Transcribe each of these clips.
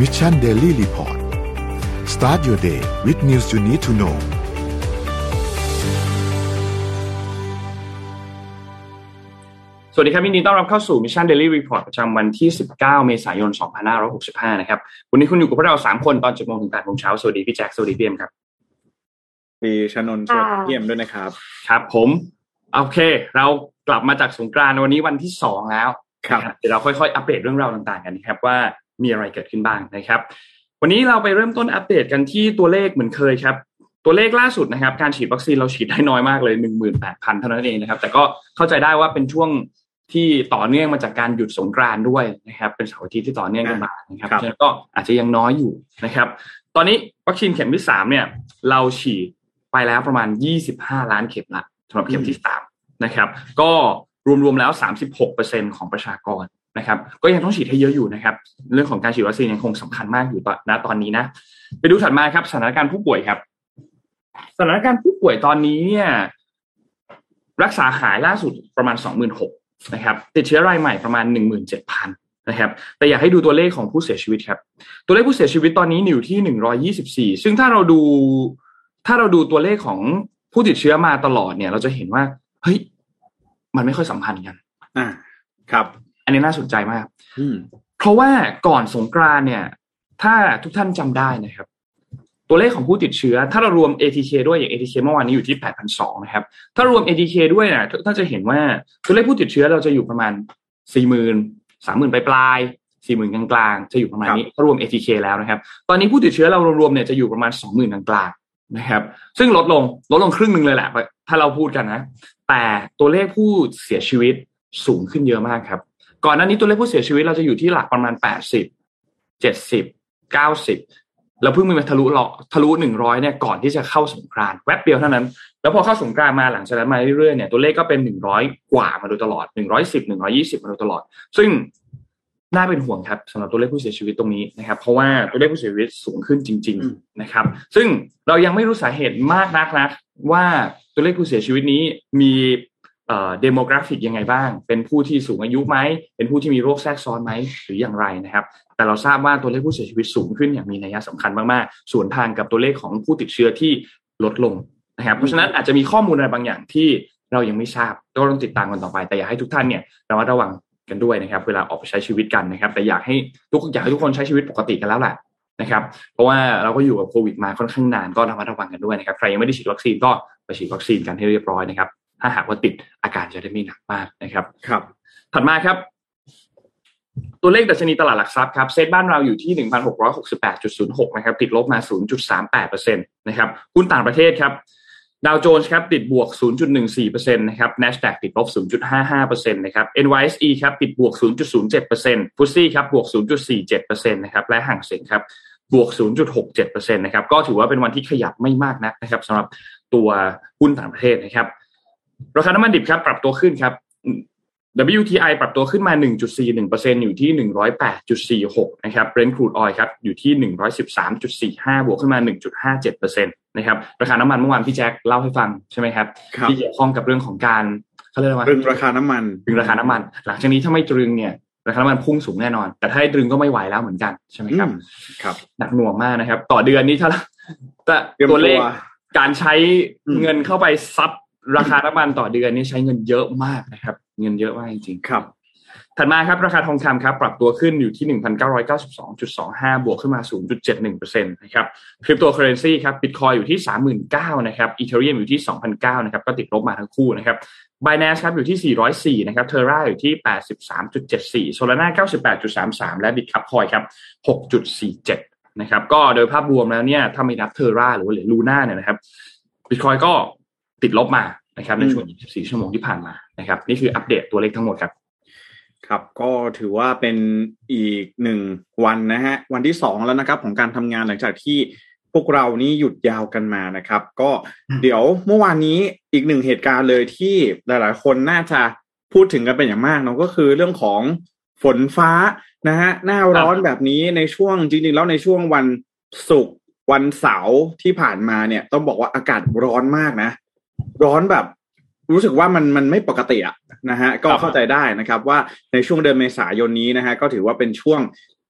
Mission Daily Report Start your day with news you need to know สวัสดีครับยินดีต้อนรับเข้าสู่ Mission Daily Report ประจำวันที่19เมษายน2565นะครับวันนี้คุณอยู่กับพวกเรา3คนตอน 7:00 นถึง 8:00 นเช้าสวัสดีพี่แจ็คสวัสดีพี่เอ็มครับพี่ชนนท์สวัสดีพี่เอ็มด้วยนะครับครับผมโอเคเรากลับมาจากสงกรานต์วันนี้วันที่2แล้วครับเดี๋ยวเราค่อยๆอัปเดตเรื่องราวต่างๆกันนะครับว่ามีอะไรเกิดขึ้นบ้างนะครับวันนี้เราไปเริ่มต้นอัปเดตกันที่ตัวเลขเหมือนเคยครับตัวเลขล่าสุดนะครับการฉีดวัคซีนเราฉีดได้น้อยมากเลย 18,000 เท่านั้นเองนะครับแต่ก็เข้าใจได้ว่าเป็นช่วงที่ต่อเนื่องมาจากการหยุดสงกรานต์ด้วยนะครับเป็นเสาร์อาทิตย์ที่ต่อเนื่องกันมานะครับฉะนั้นก็อาจจะยังน้อยอยู่นะครับตอนนี้วัคซีนเข็มที่3เนี่ยเราฉีดไปแล้วประมาณ25ล้านเข็มละสำหรับเข็มที่3นะครับก็รวมๆแล้ว 36% ของประชากรนะครับก็ยังต้องฉีดให้เยอะอยู่นะครับเรื่องของการฉีดวัคซีนยังคงสำคัญมากอยู่ตอนนี้นะไปดูถัดมาครับสถานการณ์ผู้ป่วยครับสถานการณ์ผู้ป่วยตอนนี้เนี่ยรักษาหายล่าสุดประมาณ 26,000 นะครับติดเชื้อรายใหม่ประมาณ 17,000 นะครับแต่อยากให้ดูตัวเลขของผู้เสียชีวิตครับตัวเลขผู้เสียชีวิตตอนนี้อยู่ที่124ซึ่งถ้าเราดูตัวเลขของผู้ติดเชื้อมาตลอดเนี่ยเราจะเห็นว่าเฮ้ยมันไม่ค่อยสัมพันธ์กันครับอันนี้น่าสนใจมากเพราะว่าก่อนสงกรานต์เนี่ยถ้าทุกท่านจำได้นะครับตัวเลขของผู้ติดเชื้อถ้าเรารวม ATK ด้วยอย่าง ATK เมื่อวานนี้อยู่ที่ 8,200 นะครับถ้ารวม ATK ด้วยนะท่านจะเห็นว่าตัวเลขผู้ติดเชื้อเราจะอยู่ประมาณ 40,000 30,000 ปลายๆ 40,000 กลางๆจะอยู่ประมาณนี้ถ้ารวม ATK แล้วนะครับตอนนี้ผู้ติดเชื้อเรารวมๆเนี่ยจะอยู่ประมาณ 20,000 กลางๆนะครับซึ่งลดลงครึ่งนึงเลยแหละถ้าเราพูดกันนะแต่ตัวเลขผู้เสียชีวิตสูงขึ้นเยอะมากครับก่อนหน้านี้ตัวเลขผู้เสียชีวิตเราจะอยู่ที่หลักประมาณ80 70 90แล้วเพิ่งมีมาทะลุ100เนี่ยก่อนที่จะเข้าสงกรานต์แวบเดียวเท่านั้นแล้วพอเข้าสงกรานต์มาหลังจากนั้นมาเรื่อยๆเนี่ยตัวเลขก็เป็น100กว่ามาโดยตลอด110 120มาโดยตลอดซึ่งน่าเป็นห่วงครับสำหรับตัวเลขผู้เสียชีวิตตรงนี้นะครับเพราะว่าตัวเลขผู้เสียชีวิตสูงขึ้นจริงๆนะครับซึ่งเรายังไม่รู้สาเหตุมากนักนะว่าตัวเลขผู้เสียชีวิตนี้มีdemographic ยังไงบ้างเป็นผู้ที่สูงอายุไหมเป็นผู้ที่มีโรคแทรกซ้อนไหมหรืออย่างไรนะครับแต่เราทราบว่าตัวเลขผู้เสียชีวิตสูงขึ้นอย่างมีนัยสำคัญมากๆส่วนทางกับตัวเลขของผู้ติดเชื้อที่ลดลงนะครับเพราะฉะนั้นอาจจะมีข้อมูลอะไรบางอย่างที่เรายังไม่ทราบก็ต้องติดตามกันต่อไปแต่อยากให้ทุกท่านเนี่ยระมัดระวังกันด้วยนะครับเวลาออกไปใช้ชีวิตกันนะครับแต่อยากให้ทุกคนใช้ชีวิตปกติกันแล้วแหละนะครับเพราะว่าเราก็อยู่กับโควิดมาค่อนข้างนานก็ระมัดระวังกันด้วยนะครับใครยังไม่ได้ฉีดวัคซีนก็ไปฉีดวัคซีนกันให้เรียบร้อยนะครับถ้าหากว่าติดอาการจะได้ไม่หนักมากนะครับครับถัดมาครับตัวเลขดัชนีตลาดหลักทรัพย์ครับเซ็ตบ้านเราอยู่ที่ 1,668.06 นะครับติดลบมา 0.38% นะครับหุ้นต่างประเทศครับดาวโจนส์ครับติดบวก 0.14% นะครับ NASDAQ ติดลบ 0.55% นะครับ NYSE ครับติดบวก 0.07% FTSE ครับบวก 0.47% นะครับและห่างเส็งครับบวก 0.67% นะครับก็ถือว่าเป็นวันที่ขยับไม่มากนักนะครับสำหรับตัวหุ้นต่างประเทศนะครับราคาน้ำมันดิบครับปรับตัวขึ้นครับ WTI ปรับตัวขึ้นมา 1.41% อยู่ที่ 108.46 นะครับ Brent crude oil ครับอยู่ที่ 113.45 บวกขึ้นมา 1.57% นะครับราคาน้ำมันเมื่อวานพี่แจ็คเล่าให้ฟังใช่ไหมครับที่เกี่ยวข้องกับเรื่องของการเขาเรียกว่าตรึงราคาน้ำมันหลังจากนี้ถ้าไม่ตรึงเนี่ยราคาน้ำมันพุ่งสูงแน่นอนแต่ถ้าให้ตรึงก็ไม่ไหวแล้วเหมือนกันใช่ไหมครับครับหนักหน่วงมากนะครับต่อเดือนนี้ถ้าตัวเลขการใช้เงินเข้าไปซับราคาน้ำมันต่อเดือนนี่ใช้เงินเยอะมากนะครับเงินเยอะมากจริงๆครับถัดมาครับราคาทองคำครับปรับตัวขึ้นอยู่ที่ 1,992.25 บวกขึ้นมา 0.71% นะครับคริปโตเคอเรนซีครับ Bitcoin อยู่ที่ 39,000 นะครับ Ethereum อยู่ที่ 2,900 นะครับก็ติดลบมาทั้งคู่นะครับ Binance ครับอยู่ที่404นะครับ Terra อยู่ที่ 83.74 Solana 98.33 และ Bitcoin ครับ 6.47 นะครับก็โดยภาพรวมแล้วเนี่ยถ้าไม่นับ Terra หรือว่าLuna เนี่ยนะครับ Bitcoin ก็ติดลบมานะครับในช่วง24ชั่วโมงที่ผ่านมานะครับนี่คืออัปเดตตัวเลขทั้งหมดครับครับก็ถือว่าเป็นอีก1วันนะฮะวันที่2แล้วนะครับของการทำงานหลังจากที่พวกเรานี่หยุดยาวกันมานะครับก็เดี๋ยวเมื่อวานนี้อีก1เหตุการณ์เลยที่หลายๆคนน่าจะพูดถึงกันเป็นอย่างมากเนาะก็คือเรื่องของฝนฟ้านะฮะหน้าร้อนแบบนี้ในช่วงจริงๆแล้วในช่วงวันศุกร์วันเสาร์ที่ผ่านมาเนี่ยต้องบอกว่าอากาศร้อนมากนะร้อนแบบรู้สึกว่ามันไม่ปกติอะนะฮะก็เข้าใจได้นะครับว่าในช่วงเดือนเมษายนนี้นะฮะก็ถือว่าเป็นช่วง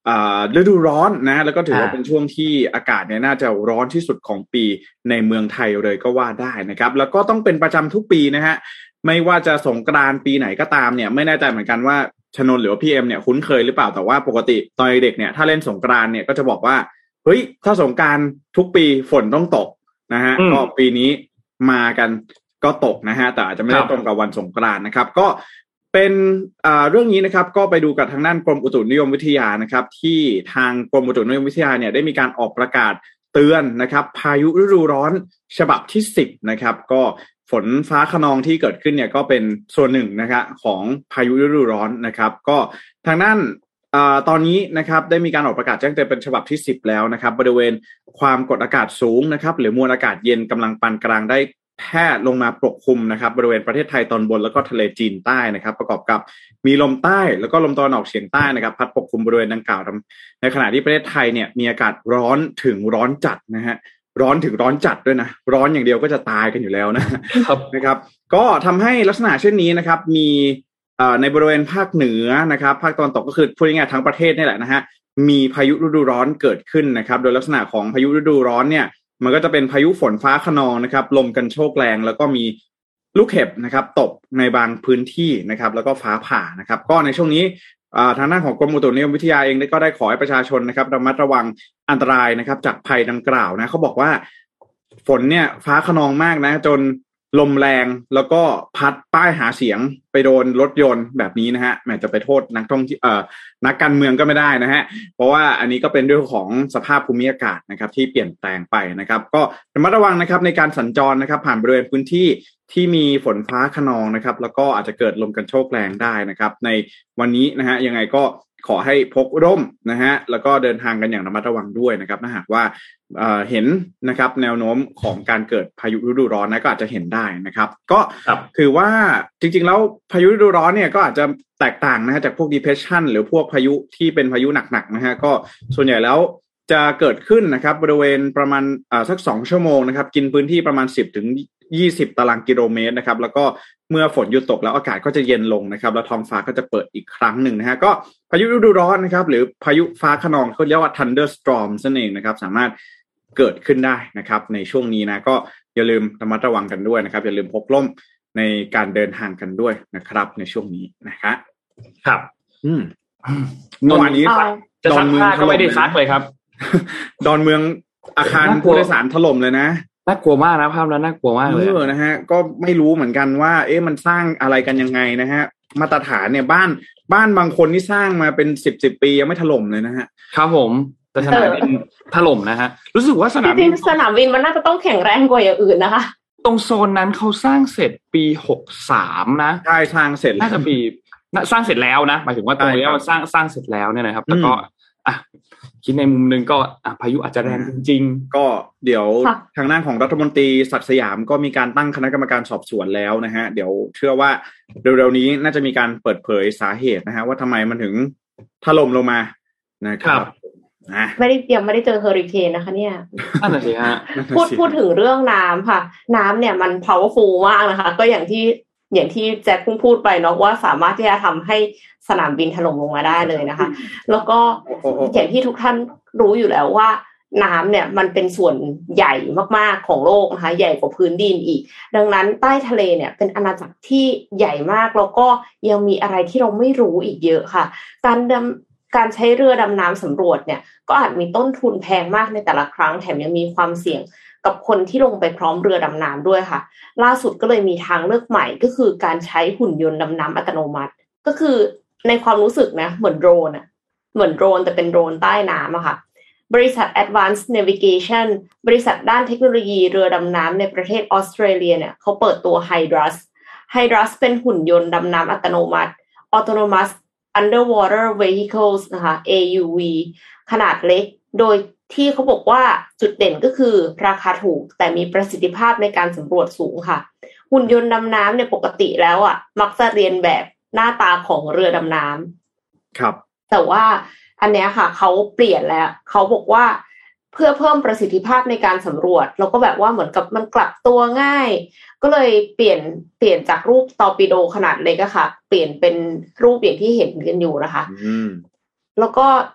ฤดูร้อนนะแล้วก็ถือว่าเป็นช่วงที่อากาศเนี่ยน่าจะร้อนที่สุดของปีในเมืองไทยเลยก็ว่าได้นะครับแล้วก็ต้องเป็นประจำทุกปีนะฮะไม่ว่าจะสงกรานต์ปีไหนก็ตามเนี่ยไม่แน่ใจเหมือนกันว่าชนนหรือว่าพี่เอ็มเนี่ยคุ้นเคยหรือเปล่าแต่ว่าปกติตอนเด็กเนี่ยถ้าเล่นสงกรานต์เนี่ยก็จะบอกว่าเฮ้ยถ้าสงกรานต์ทุกปีฝนต้องตกนะฮะก็ปีนี้มากันก็ตกนะฮะแต่อาจจะไม่ได้ตรงกับวันสงกรานต์นะครับก็เป็นเรื่องนี้นะครับก็ไปดูกับทางด้านกรมอุตุนิยมวิทยานะครับที่ทางกรมอุตุนิยมวิทยาเนี่ยได้มีการออกประกาศเตือนนะครับพายุฤดูร้อนฉบับที่10นะครับก็ฝนฟ้าคะนองที่เกิดขึ้นเนี่ยก็เป็นส่วนหนึ่งนะครับของพายุฤดูร้อนนะครับก็ทางด้านตอนนี้นะครับได้มีการออกประกาศแจ้งเตือนเป็นฉบับที่10แล้วนะครับบริเวณความกดอากาศสูงนะครับหรือมวลอากาศเย็นกำลังปานกลางได้แผ่ลงมาปกคลุมนะครับบริเวณประเทศไทยตอนบนแล้วก็ทะเลจีนใต้นะครับประกอบกับมีลมใต้แล้วก็ลมตะวันออกเฉียงใต้นะครับพัดปกคลุมบริเวณดังกล่าวในขณะที่ประเทศไทยเนี่ยมีอากาศร้อนถึงร้อนจัดนะฮะร้อนถึงร้อนจัดด้วยนะร้อนอย่างเดียวก็จะตายกันอยู่แล้วนะครับก็ทำให้ลักษณะเช่นนี้นะครับมีในบริเวณภาคเหนือนะครับภาคตะวันตกก็คือพูดง่ายๆทั้งประเทศนี่แหละนะฮะมีพายุฤดูร้อนเกิดขึ้นนะครับโดยลักษณะของพายุฤดูร้อนเนี่ยมันก็จะเป็นพายุฝนฟ้าคะนองนะครับลมกันโชกแรงแล้วก็มีลูกเห็บนะครับตกในบางพื้นที่นะครับแล้วก็ฟ้าผ่านะครับก็ในช่วงนี้ทางด้านของกรมอุตุนิยมวิทยาเองก็ได้ขอให้ประชาชนนะครับระมัดระวังอันตรายนะครับจากภัยดังกล่าวนะเขาบอกว่าฝนเนี่ยฟ้าคะนองมากนะจนลมแรงแล้วก็พัดป้ายหาเสียงไปโดนรถยนต์แบบนี้นะฮะแม้จะไปโทษนักท่องเที่ยวนักการเมืองก็ไม่ได้นะฮะเพราะว่าอันนี้ก็เป็นเรื่องของสภาพภูมิอากาศนะครับที่เปลี่ยนแปลงไปนะครับก็ระมัดระวังนะครับในการสัญจรนะครับผ่านบริเวณพื้นที่ที่มีฝนฟ้าคะนองนะครับแล้วก็อาจจะเกิดลมกันโชกแรงได้นะครับในวันนี้นะฮะยังไงก็ขอให้พกร่มนะฮะแล้วก็เดินทางกันอย่างระมัดระวังด้วยนะครับถ้าหากว่าเห็นนะครับแนวโน้มของการเกิดพายุฤดูร้อนนะก็อาจจะเห็นได้นะครับก็คือว่าจริงๆแล้วพายุฤดูร้อนเนี่ยก็อาจจะแตกต่างนะฮะจากพวก depression หรือพวกพายุที่เป็นพายุหนักๆนะฮะก็ส่วนใหญ่แล้วจะเกิดขึ้นนะครับบริเวณประมาณสัก2ชั่วโมงนะครับกินพื้นที่ประมาณ10ถึง20ตารางกิโลเมตรนะครับแล้วก็เมื่อฝนหยุดตกแล้วอากาศก็จะเย็นลงนะครับแล้วท้องฟ้าก็จะเปิดอีกครั้งหนึ่งนะฮะก็พายุฤดูร้อนนะครับหรือพายุฟ้าคะนองเขาเรียกว่า thunderstorm นั่นเองนะครับสามารถเกิดขึ้นได้นะครับในช่วงนี้นะก็อย่าลืมระมัดระวังกันด้วยนะครับอย่าลืมพกร่มในการเดินทางกันด้วยนะครับในช่วงนี้นะครับครับเมื่อวานนี้จะซักผ้าก็ไม่ได้ซักเลยครับดอนเมืองอาคารผู้โดยสารถล่มเลยนะน่ากลัวมากนะภาพนั้นน่ากลัวมากเลยนะฮะก็ไม่รู้เหมือนกันว่ามันสร้างอะไรกันยังไงนะฮะมาตรฐานเนี่ยบ้านบางคนที่สร้างมาเป็น10 ปียังไม่ถล่มเลยนะฮะครับผมแต่สนามบินถล่มนะฮะรู้สึกว่าสนามบินมันน่าจะต้องแข็งแรงกว่าอย่างอื่นนะคะตรงโซนนั้นเขาสร้างเสร็จปี63นะใช่สร้างเสร็จน่าจะปีสร้างเสร็จแล้วนะหมายถึงว่าตรงนี้มันสร้างเสร็จแล้วเนี่ยนะครับแต่ก็คิดในมุมนึงก็พายุอาจจะแรงจริงๆก็เดี๋ยวทางด้านของรัฐมนตรีศักดิ์สยามก็มีการตั้งคณะกรรมการสอบสวนแล้วนะฮะเดี๋ยวเชื่อว่าเร็วๆนี้น่าจะมีการเปิดเผยสาเหตุนะฮะว่าทำไมมันถึงถล่มลงมานะครับไม่ได้เจอเฮอริเคนนะคะเนี่ยนั่นแหละสิฮะพูดถึงเรื่องน้ำค่ะน้ำเนี่ยมัน powerful มากนะคะก็อย่างที่แจ็คพูดไปเนาะว่าสามารถที่จะทำให้สนามบินถล่มลงมาได้เลยนะคะแล้วก็อย่างที่ทุกท่านรู้อยู่แล้วว่าน้ำเนี่ยมันเป็นส่วนใหญ่มากๆของโลกนะคะใหญ่กว่าพื้นดินอีกดังนั้นใต้ทะเลเนี่ยเป็นอาณาจักรที่ใหญ่มากแล้วก็ยังมีอะไรที่เราไม่รู้อีกเยอะค่ะการใช้เรือดำน้ำสำรวจเนี่ยก็อาจมีต้นทุนแพงมากในแต่ละครั้งแถมยังมีความเสี่ยงกับคนที่ลงไปพร้อมเรือดำน้ำด้วยค่ะล่าสุดก็เลยมีทางเลือกใหม่ก็คือการใช้หุ่นยนต์ดำน้ำอัตโนมัติก็คือในความรู้สึกนะเหมือนโดรนแต่เป็นโดรนใต้น้ำอะค่ะบริษัท Advanced Navigation บริษัทด้านเทคโนโลยีเรือดำน้ำในประเทศออสเตรเลียเนี่ยเขาเปิดตัว Hydrus เป็นหุ่นยนต์ดำน้ำอัตโนมัติ Autonomous Underwater Vehicles นะคะ AUV ขนาดเล็กโดยที่เขาบอกว่าจุดเด่นก็คือราคาถูกแต่มีประสิทธิภาพในการสำรวจสูงค่ะหุ่นยนต์ดำน้ำเนี่ยปกติแล้วมักจะเรียนแบบหน้าตาของเรือดำน้ำครับแต่ว่าอันเนี้ยค่ะเขาเปลี่ยนแล้วเขาบอกว่าเพื่อเพิ่มประสิทธิภาพในการสำรวจแล้วก็แบบว่าเหมือนกับมันกลับตัวง่ายก็เลยเปลี่ยนจากรูปตอร์ปิโดขนาดเล็กค่ะเปลี่ยนเป็นรูปอย่างที่เห็นกันอยู่นะคะแล้วก็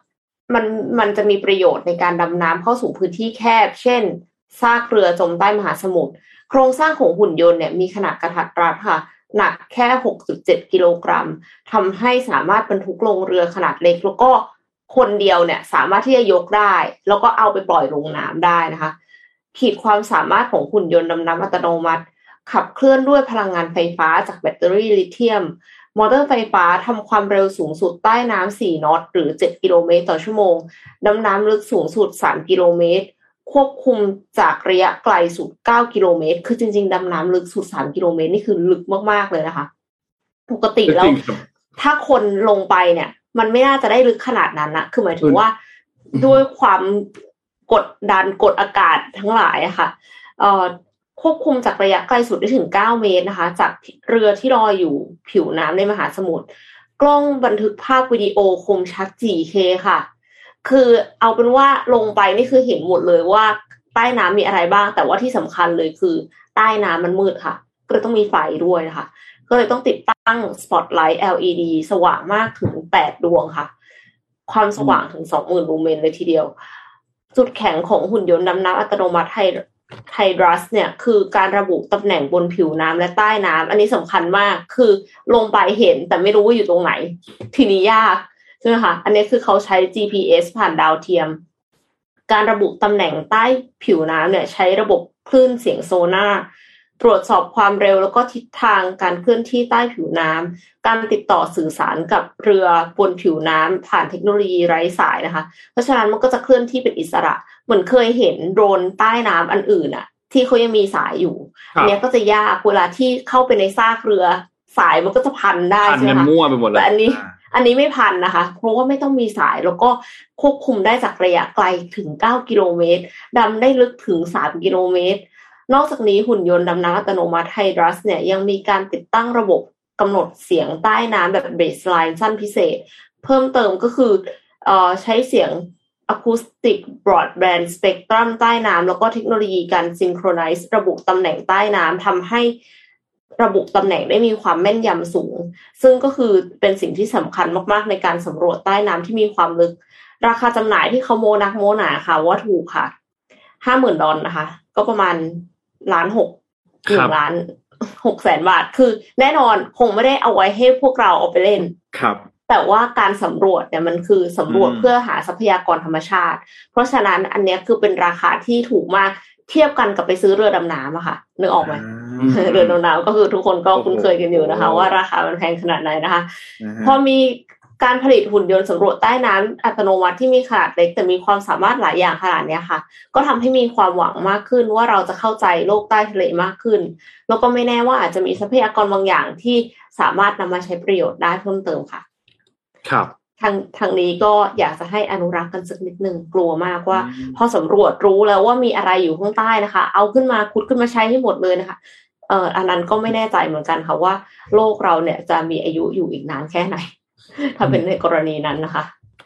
มันจะมีประโยชน์ในการดำน้ำเข้าสู่พื้นที่แคบเช่นซากเรือจมใต้มหาสมุทรโครงสร้างของหุ่นยนต์เนี่ยมีขนาดกระทัดรัดค่ะหนักแค่ 6.7 กิโลกรัมทำให้สามารถบรรทุกลงเรือขนาดเล็กแล้วก็คนเดียวเนี่ยสามารถที่จะยกได้แล้วก็เอาไปปล่อยลงน้ำได้นะคะขีดความสามารถของหุ่นยนต์ดำน้ำอัตโนมัติขับเคลื่อนด้วยพลังงานไฟฟ้าจากแบตเตอรี่ลิเธียมมอเตอร์ไฟฟ้าทำความเร็วสูงสุดใต้น้ำ4 นอตหรือ7 กิโลเมตรต่อชั่วโมงดำน้ำลึกสูงสุด3 กิโลเมตรควบคุมจากระยะไกลสุด9 กิโลเมตรคือจริงๆดำน้ำลึกสุด3 กิโลเมตรนี่คือลึกมากๆเลยนะคะปกติแล้วถ้าคนลงไปเนี่ยมันไม่น่าจะได้ลึกขนาดนั้นนะคือหมายถึงว่าด้วยความกดดันกดอากาศทั้งหลายอะค่ะควบคุมจากระยะไกลสุดได้ถึง9 เมตรนะคะจากเรือที่ลอยอยู่ผิวน้ำในมหาสมุทรกล้องบันทึกภาพวิดีโอคมชัด 4K ค่ะคือเอาเป็นว่าลงไปนี่คือเห็นหมดเลยว่าใต้น้ำมีอะไรบ้างแต่ว่าที่สำคัญเลยคือใต้น้ำมันมืดค่ะก็เลยต้องมีไฟด้วยนะคะก็เลยต้องติดตั้งสปอตไลท์ LED สว่างมากถึง8 ดวงค่ะความสว่างถึง 20,000 ลูเมนเลยทีเดียวจุดแข็งของหุ่นยนต์ดำน้ำอัตโนมัติไฮดรัสเนี่ยคือการระบุตำแหน่งบนผิวน้ำและใต้น้ำอันนี้สำคัญมากคือลงไปเห็นแต่ไม่รู้ว่าอยู่ตรงไหนทีนี้ยากใช่ไหมคะอันนี้คือเขาใช้ GPS ผ่านดาวเทียมการระบุตำแหน่งใต้ผิวน้ำเนี่ยใช้ระบบคลื่นเสียงโซน่าตรวจสอบความเร็วแล้วก็ทิศทางการเคลื่อนที่ใต้ผิวน้ำการติดต่อสื่อสารกับเรือบนผิวน้ำผ่านเทคโนโลยีไร้สายนะคะเพราะฉะนั้นมันก็จะเคลื่อนที่เป็นอิสระเหมือนเคยเห็นโดรนใต้น้ำอันอื่นอะที่เขายังมีสายอยู่อันนี้ก็จะยากเวลาที่เข้าไปในซากเรือสายมันก็จะพันได้ใช่ไหมคะมั่วไปหมดเลยแต่อันนี้ไม่พันนะคะเพราะว่าไม่ต้องมีสายแล้วก็ควบคุมได้จากระยะไกลถึง9 กิโลเมตรดำได้ลึกถึง3 กิโลเมตรนอกจากนี้หุ่นยนต์ดำน้ำอัตโนมัติไฮดรัสเนี่ยยังมีการติดตั้งระบบกำหนดเสียงใต้น้ำแบบเบสไลน์สั้นพิเศษเพิ่มเติมก็คือใช้เสียงAcoustic Broadband Spectrum ใต้น้ำแล้วก็เทคโนโลยีการ Synchronize ระบุตำแหน่งใต้น้ำทำให้ระบุตำแหน่งได้มีความแม่นยำสูงซึ่งก็คือเป็นสิ่งที่สำคัญมากๆในการสำรวจใต้น้ำที่มีความลึกราคาจำหน่ายที่เขาโมนักโมหนาค่ะว่าถูกค่ะ $50,000 นะคะก็ประมาณ1.6 ล้าน1,600,000 บาทคือแน่นอนคงไม่ได้เอาไว้ให้พวกเราเอาไปเล่นครับแต่ว่าการสำรวจเนี่ยมันคือสำรวจเพื่อหาทรัพยากรธรรมชาติเพราะฉะนั้นอันนี้คือเป็นราคาที่ถูกมากเทียบกันกับไปซื้อเรือดำน้ำอะค่ะนึกออกไหมเรือดำน้ำก็คือทุกคนก็คุ้นเคยกันอยู่นะคะว่าราคามันแพงขนาดไหนนะคะพอมีการผลิตหุ่นยนต์สำรวจใต้น้ำอัตโนมัติที่มีขนาดเล็กแต่มีความสามารถหลายอย่างขนาดนี้ค่ะก็ทำให้มีความหวังมากขึ้นว่าเราจะเข้าใจโลกใต้ทะเลมากขึ้นแล้วก็ไม่แน่ว่าอาจจะมีทรัพยากรบางอย่างที่สามารถนำมาใช้ประโยชน์ได้เพิ่มเติมค่ะครับทางนี้ก็อยากจะให้อนุรักษ์กันสักนิดนึงกลัวมากว่าพอสำรวจรู้แล้วว่ามีอะไรอยู่ข้างใต้นะคะเอาขึ้นมาขุดขึ้นมาใช้ให้หมดเลยนะคะอันนั้นก็ไม่แน่ใจเหมือนกันค่ะว่าโลกเราเนี่ยจะมีอายุอยู่อีกนานแค่ไหนถ้าเป็นในกรณีนั้นนะคะ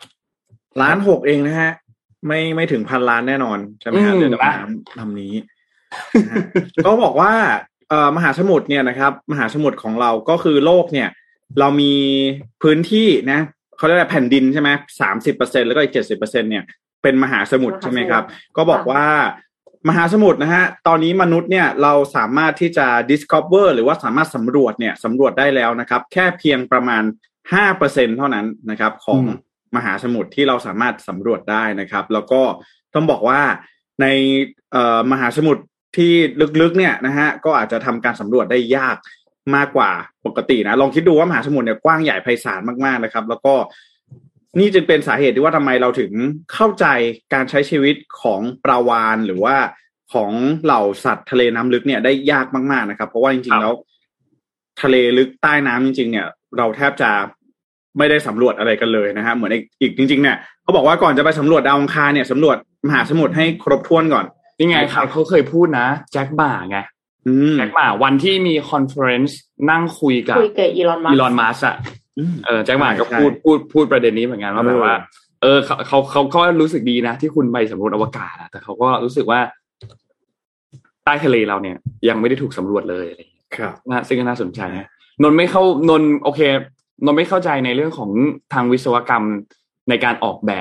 1.6 ล้านเองนะฮะไม่ถึง1,000 ล้านแน่นอนใช่ไหมฮะเรือดำน้ำลำนี้ ก็บอกว่ามหาสมุทรเนี่ยนะครับมหาสมุทรของเราก็คือโลกเนี่ยเรามีพื้นที่นะเขาเรียกว่าแผ่นดินใช่ไหม 30% แล้วก็อีก 70% เนี่ยเป็นมหาสมุทรใช่ไหมครับก็บอกว่ามหาสมุทรนะฮะตอนนี้มนุษย์เนี่ยเราสามารถที่จะ discover หรือว่าสามารถสำรวจได้แล้วนะครับแค่เพียงประมาณ 5% เท่านั้นนะครับของมหาสมุทรที่เราสามารถสำรวจได้นะครับแล้วก็ต้องบอกว่าในมหาสมุทรที่ลึกๆเนี่ยนะฮะก็อาจจะทำการสำรวจได้ยากมากกว่าปกตินะลองคิดดูว่ามหาสมุทรเนี่ยกว้างใหญ่ไพศาลมากๆนะครับแล้วก็นี่จึงเป็นสาเหตุที่ว่าทำไมเราถึงเข้าใจการใช้ชีวิตของปลาวาฬหรือว่าของเหล่าสัตว์ทะเลน้ำลึกเนี่ยได้ยากมากๆนะครับเพราะว่าจริงๆแล้วทะเลลึกใต้น้ำจริงๆเนี่ยเราแทบจะไม่ได้สำรวจอะไรกันเลยนะฮะเหมือนอีกจริงๆเนี่ยเขาบอกว่าก่อนจะไปสำรวจดาวอังคารเนี่ยสำรวจมหาสมุทรให้ครบถ้วนก่อนนี่ไงครับเขาเคยพูดนะแจ็คหม่าไงแจ็คหม่าวันที่มีคอนเฟอเรนซ์นั่งคุยกับอีลอนมัสก์อ่ะแจ็คหม่าก็พูดประเด็นนี้เหมือนกันว่าแบบว่าเขาก็รู้สึกดีนะที่คุณไปสำรวจอวกาศแต่เขาก็รู้สึกว่าใต้ทะเลเราเนี่ยยังไม่ได้ถูกสำรวจเลยอะไรอย่างเงี้ยนะซึ่งก็น่าสนใจนะนนโอเคนนไม่เข้าใจในเรื่องของทางวิศวกรรมในการออกแบบ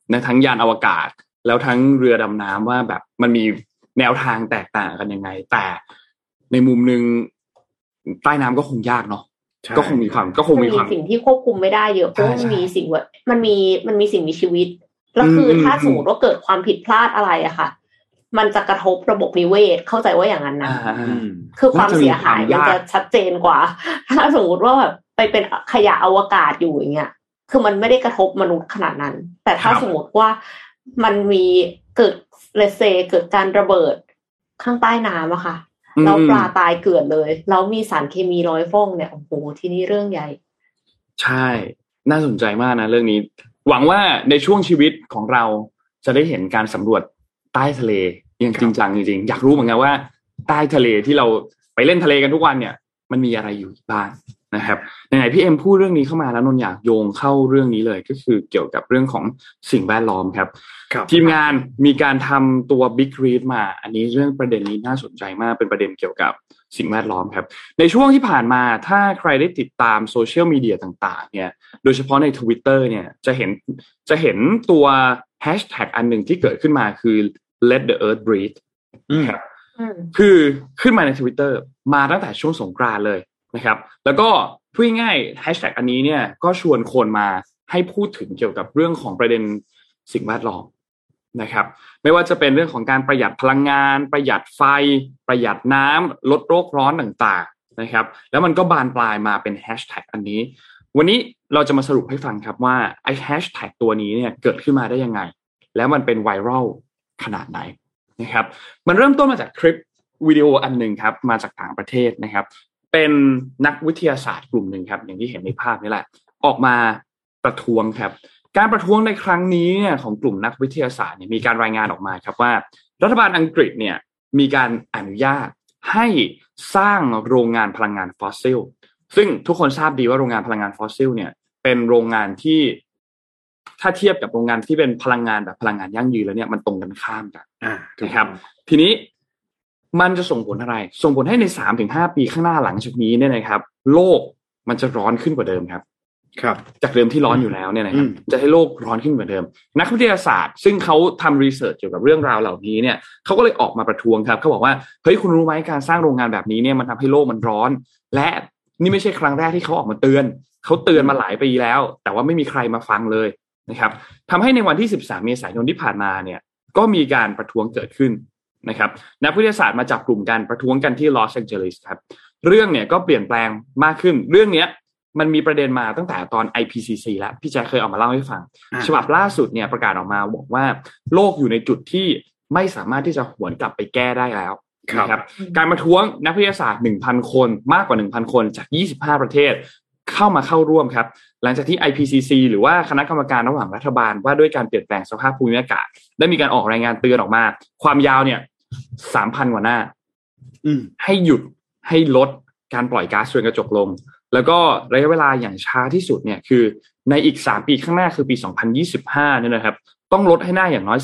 นะทั้งยานอวกาศแล้วทั้งเรือดำน้ำว่าแบบมันมีแนวทางแตกต่างกันยังไงแต่ในมุมนึงใต้น้ำก็คงยากเนาะก็คงมีสิ่งที่ควบคุมไม่ได้เยอะเพราะมันมีสิ่งว่ามันมีสิ่งมีชีวิตแล้วคือถ้าสมมติว่าเกิดความผิดพลาดอะไรอะค่ะมันจะกระทบระบบนิเวศเข้าใจว่าอย่างนั้นนะคือความเสียหายมันจะชัดเจนกว่าถ้าสมมติว่าแบบไปเป็นขยะอวกาศอยู่อย่างเงี้ยคือมันไม่ได้กระทบมนุษย์ขนาดนั้นแต่ถ้าสมมติว่ามันมีเกิดเกิดการระเบิดข้างใต้น้ำอะค่ะแล้วปลาตายเกลื่อนเลยแล้วมีสารเคมีลอยฟ้องเนี่ยโอ้โหที่นี่เรื่องใหญ่ใช่น่าสนใจมากนะเรื่องนี้หวังว่าในช่วงชีวิตของเราจะได้เห็นการสำรวจใต้ทะเลอย่างจริงจังจริงๆอยากรู้เหมือนกันว่าใต้ทะเลที่เราไปเล่นทะเลกันทุกวันเนี่ยมันมีอะไรอยู่บ้างนะครับไหนๆพี่เอ็มพูดเรื่องนี้เข้ามาแล้วนนอยากโยงเข้าเรื่องนี้เลยก็คือเกี่ยวกับเรื่องของสิ่งแวดล้อมครับทีมงานมีการทำตัว Big Read มาอันนี้เรื่องประเด็นนี้น่าสนใจมากเป็นประเด็นเกี่ยวกับสิ่งแวดล้อมครับในช่วงที่ผ่านมาถ้าใครได้ติดตามโซเชียลมีเดียต่างๆเนี่ยโดยเฉพาะใน Twitter เนี่ยจะเห็นตัวแฮชแท็กอันหนึ่งที่เกิดขึ้นมาคือ Let the Earth Breathe ครับคือขึ้นมาใน Twitter มาตั้งแต่ช่วงสงกรานต์เลยนะครับแล้วก็พูดง่ายๆแฮชแท็กอันนี้เนี่ยก็ชวนคนมาให้พูดถึงเกี่ยวกับเรื่องของประเด็นสิ่งแวดล้อมนะครับไม่ว่าจะเป็นเรื่องของการประหยัดพลังงานประหยัดไฟประหยัดน้ำลดโลกร้อนต่างๆนะครับแล้วมันก็บานปลายมาเป็นแฮชแท็กอันนี้วันนี้เราจะมาสรุปให้ฟังครับว่าไอ้แฮชแท็กตัวนี้เนี่ยเกิดขึ้นมาได้ยังไงแล้วมันเป็นไวรัลขนาดไหนนะครับมันเริ่มต้นมาจากคลิปวิดีโออันหนึ่งครับมาจากต่างประเทศนะครับเป็นนักวิทยาศาสตร์กลุ่มหนึ่งครับอย่างที่เห็นในภาพนี่แหละออกมาประท้วงครับการประท้วงในครั้งนี้เนี่ยของกลุ่มนักวิทยาศาสตร์เนี่ยมีการรายงานออกมาครับว่ารัฐบาลอังกฤษเนี่ยมีการอนุญาตให้สร้างโรงงานพลังงานฟอสซิลซึ่งทุกคนทราบดีว่าโรงงานพลังงานฟอสซิลเนี่ยเป็นโรงงานที่ถ้าเทียบกับโรงงานที่เป็นพลังงานแบบพลังงานยั่งยืนแล้วเนี่ยมันตรงกันข้ามกันนะครับทีนี้มันจะส่งผลอะไรส่งผลให้ใน 3-5 ปีข้างหน้าหลังจากนี้เนี่ยนะครับโลกมันจะร้อนขึ้นกว่าเดิมครับจากเดิมที่ร้อนอยู่แล้วเนี่ยนะครับจะให้โลกร้อนขึ้นกว่าเดิมนักวิทยาศาสตร์ซึ่งเขาทำรีเสิร์ชเกี่ยวกับเรื่องราวเหล่านี้เนี่ยเขาก็เลยออกมาประท้วงครับเขาบอกว่าเฮ้ยคุณรู้ไหมการสร้างโรงงานแบบนี้เนี่ยมันทำให้โลกมันร้อนและนี่ไม่ใช่ครั้งแรกที่เขาออกมาเตือนเขาเตือนมาหลายปีแล้วแต่ว่าไม่มีใครมาฟังเลยนะครับทำให้ในวันที่13เมษายนที่ผ่านมาเนี่ยก็มีการประท้วงเกิดขึ้นนะครับนักวิทยาศาสตร์มาจับกลุ่มกันประท้วงกันที่ลอสแองเจลิสครับเรื่องเนี่ยก็เปลี่ยนแปลงมากขึ้นเรื่องนี้มันมีประเด็นมาตั้งแต่ตอน IPCC แล้วพี่แจ๊คเคยออกมาเล่าให้ฟังฉบับล่าสุดเนี่ยประกาศออกมาบอกว่าโลกอยู่ในจุดที่ไม่สามารถที่จะหวนกลับไปแก้ได้แล้วนะครับการประท้วงนักวิทยาศาสตร์ 1,000 คนมากกว่า 1,000 คนจาก25ประเทศเข้ามาเข้าร่วมครับหลังจากที่ IPCC หรือว่าคณะกรรมการระหว่างรัฐบาลว่าด้วยการเปลี่ยนแปลงสภาพภูมิอากาศได้มีการออกรายงานเตือนออกมาความยาวเนี่ย 3,000 กว่าหน้าให้หยุดให้ลดการปล่อยก๊าซเรือนกระจกลงแล้วก็ระยะเวลาอย่างช้าที่สุดเนี่ยคือในอีก3ปีข้างหน้าคือปี2025เนี่ยนะครับต้องลดให้ได้อย่างน้อย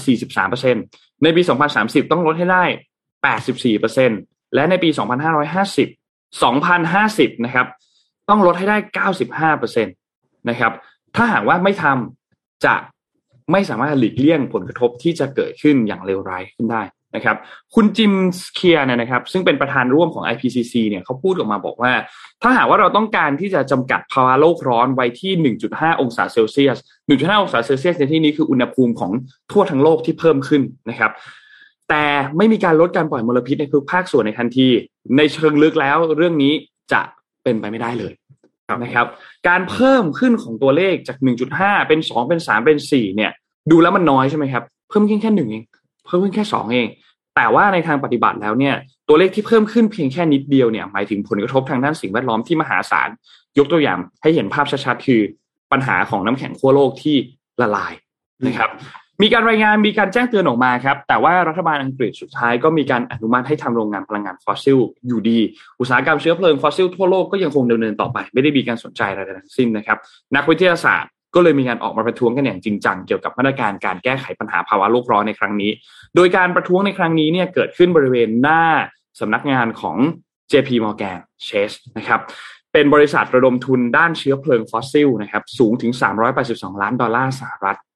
43% ในปี2030ต้องลดให้ได้ 84% และในปี2050นะครับต้องลดให้ได้ 95% นะครับถ้าหากว่าไม่ทำจะไม่สามารถหลีกเลี่ยงผลกระทบที่จะเกิดขึ้นอย่างเลวร้ายขึ้นได้นะครับคุณจิมสเคียร์เนี่ยนะครับซึ่งเป็นประธานร่วมของ IPCC เนี่ยเขาพูดออกมาบอกว่าถ้าหากว่าเราต้องการที่จะจำกัดภาวะโลกร้อนไว้ที่ 1.5 องศาเซลเซียส 1.5 องศาเซลเซียสในที่นี้คืออุณหภูมิของทั่วทั้งโลกที่เพิ่มขึ้นนะครับแต่ไม่มีการลดการปล่อยมลพิษในทุกภาคส่วนในทันทีในเชิงลึกแล้วเรื่องนี้จะเป็นไปไม่ได้เลยนะครับการเพิ่มขึ้นของตัวเลขจาก 1.5 เป็น 2 เป็น 3 เป็น 4 เนี่ยดูแล้วมันน้อยใช่ไหมครับเพิ่มขึ้นแค่1เองเพิ่มขึ้นแค่2เองแต่ว่าในทางปฏิบัติแล้วเนี่ยตัวเลขที่เพิ่มขึ้นเพียงแค่นิดเดียวเนี่ยหมายถึงผลกระทบทางด้านสิ่งแวดล้อมที่มหาศาลยกตัวอย่างให้เห็นภาพชัดๆคือปัญหาของน้ำแข็งขั้วโลกที่ละลายนะครับมีการรายงานมีการแจ้งเตือนออกมาครับแต่ว่ารัฐบาลอังกฤษสุดท้ายก็มีการอนุมัติให้ทำโรงงานพลังงานฟอสซิลอยู่ดีอุตสาหกรรมเชื้อเพลิงฟอสซิลทั่วโลกก็ยังคงดำเนินต่อไปไม่ได้มีการสนใจอะไรทั้งสิ้นนะครับนักวิทยาศาสตร์ก็เลยมีการออกมาประท้วงกันอย่างจริงจังเกี่ยวกับมาตรการการแก้ไขปัญหาภาวะโลกร้อนในครั้งนี้โดยการประท้วงในครั้งนี้เนี่ยเกิดขึ้นบริเวณหน้าสำนักงานของ JP Morgan Chase นะครับเป็นบริษัทระดมทุนด้านเชื้อเพลิงฟอสซิลนะครับสูงถึง$382 ล้าน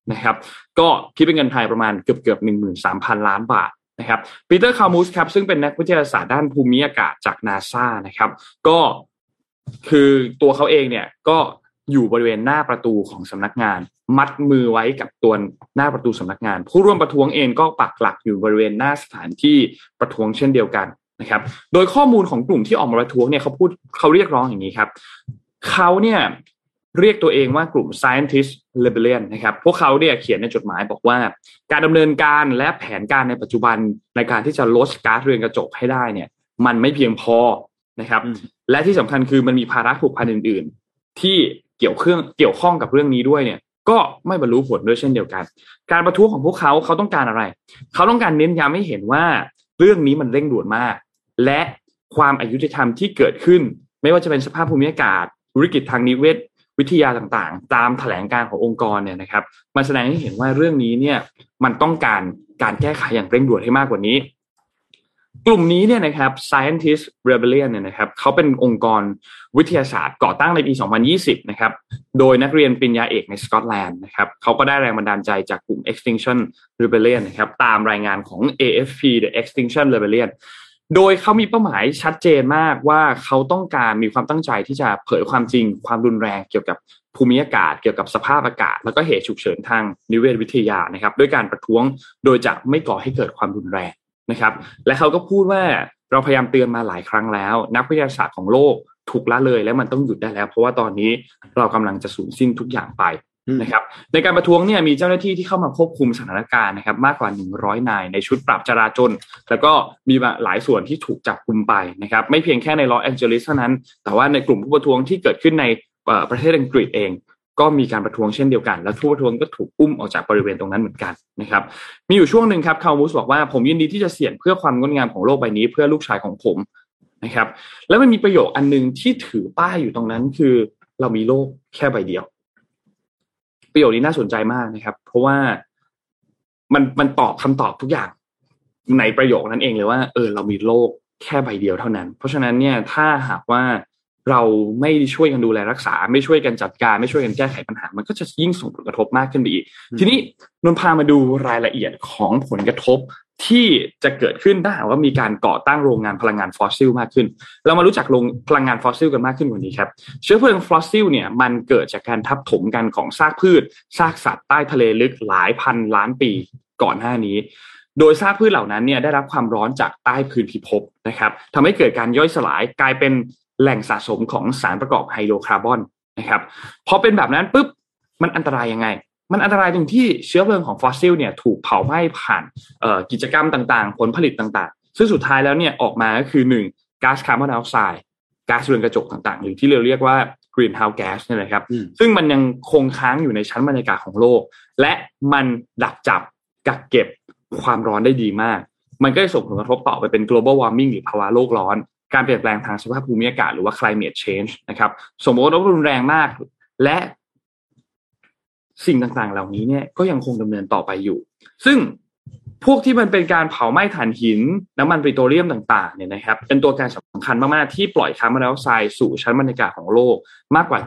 นะครับก็คิดเป็นเงินไทยประมาณเกือบ 13,000 ล้านบาทนะครับปีเตอร์คาร์มูสครับซึ่งเป็นนักวิทยาศาสตร์ด้านภูมิอากาศจาก NASA นะครับก็คือตัวเขาเองเนี่ยก็อยู่บริเวณหน้าประตูของสำนักงานมัดมือไว้กับตัวหน้าประตูสำนักงานผู้ร่วมประท้วงเองก็ปักหลักอยู่บริเวณหน้าสถานที่ประท้วงเช่นเดียวกันนะครับโดยข้อมูลของกลุ่มที่ออกมาประท้วงเนี่ยเขาเรียกร้องอย่างนี้ครับเขาเนี่ยเรียกตัวเองว่ากลุ่ม Scientist Rebellion นะครับพวกเขาเนี่ยเขียนในจดหมายบอกว่าการดำเนินการและแผนการในปัจจุบันในการที่จะลดก๊าซเรือนกระจกให้ได้เนี่ยมันไม่เพียงพอนะครับและที่สำคัญคือมันมีภาระผูกพันอื่นๆที่เกี่ยวข้องกับเรื่องนี้ด้วยเนี่ยก็ไม่บรรลุผลด้วยเช่นเดียวกันการประท้วงของพวกเขาต้องการอะไรเขาต้องการเน้นย้ำให้เห็นว่าเรื่องนี้มันเร่งด่วนมากและความอยุติธรรมที่เกิดขึ้นไม่ว่าจะเป็นสภาพภูมิอากาศธุรกิจทางนิเวศวิทยาต่างๆตามแถลงการขององค์กรเนี่ยนะครับมันแสดงให้เห็นว่าเรื่องนี้เนี่ยมันต้องการแก้ไขอย่างเร่งด่วนให้มากกว่านี้กลุ่มนี้เนี่ยนะครับ Scientist Rebellion เนี่ยนะครับเขาเป็นองค์กรวิทยาศาสตร์ก่อตั้งในปี 2020 นะครับโดยนักเรียนปริญญาเอกในสกอตแลนด์นะครับเขาก็ได้แรงบันดาลใจจากกลุ่ม Extinction Rebellion นะครับตามรายงานของ AFP The Extinction Rebellion โดยเขามีเป้าหมายชัดเจนมากว่าเขาต้องการมีความตั้งใจที่จะเผยความจริงความรุนแรงเกี่ยวกับภูมิอากาศเกี่ยวกับสภาพอากาศแล้วก็เหตุฉุกเฉินทางนิเวศวิทยานะครับด้วยการประท้วงโดยจะไม่ก่อให้เกิดความรุนแรงนะครับและเขาก็พูดว่าเราพยายามเตือนมาหลายครั้งแล้วนักวิทยาศาสตร์ของโลกถูกละเลยและมันต้องหยุดได้แล้วเพราะว่าตอนนี้เรากำลังจะสูญสิ้นทุกอย่างไปนะครับในการประท้วงเนี่ยมีเจ้าหน้าที่ที่เข้ามาควบคุมสถานการณ์นะครับมากกว่า100นายในชุดปราบจราจรแล้วก็มีหลายส่วนที่ถูกจับกุมไปนะครับไม่เพียงแค่ในลอสแองเจลิสเท่านั้นแต่ว่าในกลุ่มผู้ประท้วงที่เกิดขึ้นในประเทศอังกฤษเองก็มีการประท้วงเช่นเดียวกันและผู้ประท้วงก็ถูกอุ้มออกจากบริเวณตรงนั้นเหมือนกันนะครับมีอยู่ช่วงหนึ่งครับคาร์มูสบอกว่าผมยินดีที่จะเสี่ยงเพื่อความงดงามของโลกใบนี้เพื่อลูกชายของผมนะครับแล้วมันมีประโยคอันนึงที่ถือป้ายอยู่ตรงนั้นคือเรามีโลกแค่ใบเดียวประโยคนี้น่าสนใจมากนะครับเพราะว่ามันตอบคำตอบทุกอย่างในประโยคนั้นเองเลยว่าเรามีโลกแค่ใบเดียวเท่านั้นเพราะฉะนั้นเนี่ยถ้าหากว่าเราไม่ช่วยกันดูแลรักษาไม่ช่วยกันจัดการไม่ช่วยกันแก้ไขปัญหามันก็จะยิ่งส่งผลกระทบมากขึ้นไปอีกทีนี้นนพามาดูรายละเอียดของผลกระทบที่จะเกิดขึ้นถ้าหากว่ามีการก่อตั้งโรงงานพลังงานฟอสซิลมากขึ้นเรามารู้จักโรงพลังงานฟอสซิลกันมากขึ้นกว่านี้ครับเชื้อเพลิงฟอสซิลเนี่ยมันเกิดจากการทับถมกันของซากพืชซากสัตว์ใต้ทะเลลึกหลายพันล้านปีก่อนหน้านี้โดยซากพืชเหล่านั้นเนี่ยได้รับความร้อนจากใต้พื้นพิภพนะครับทำให้เกิดการย่อยสลายกลายเป็นแหล่งสะสมของสารประกอบไฮโดรคาร์บอนนะครับพอเป็นแบบนั้นปุ๊บมันอันตรายยังไงมันอันตรายตรงที่เชื้อเพลิงของฟอสซิลเนี่ยถูกเผาไหม้ผ่านกิจกรรมต่างๆผลผลิตต่างๆซึ่งสุดท้ายแล้วเนี่ยออกมาก็คือ1ก๊าซคาร์บอนไดออกไซด์ก๊าซเรือนกระจกต่างๆหรือที่เราเรียกว่ากรีนเฮาส์แก๊สเนี่ยนะครับซึ่งมันยังคงค้างอยู่ในชั้นบรรยากาศของโลกและมันดักจับกักเก็บความร้อนได้ดีมากมันก็จะส่งผลกระทบต่อไปเป็น global warming หรือภาวะโลกร้อนการเปลี่ยนแปลงทางสภาพภูมิอากาศหรือว่า climate change นะครับสมมติว่ารุนแรงมากและสิ่งต่างๆเหล่านี้เนี่ยก็ยังคงดำเนินต่อไปอยู่ซึ่งพวกที่มันเป็นการเผาไหม้ถ่านหินน้ำมันปิโตรเลียมต่างๆเนี่ยนะครับเป็นตัวการสำคัญมากๆที่ปล่อยคาร์บอนไดออกไซด์สู่ชั้นบรรยากาศของโลกมากกว่า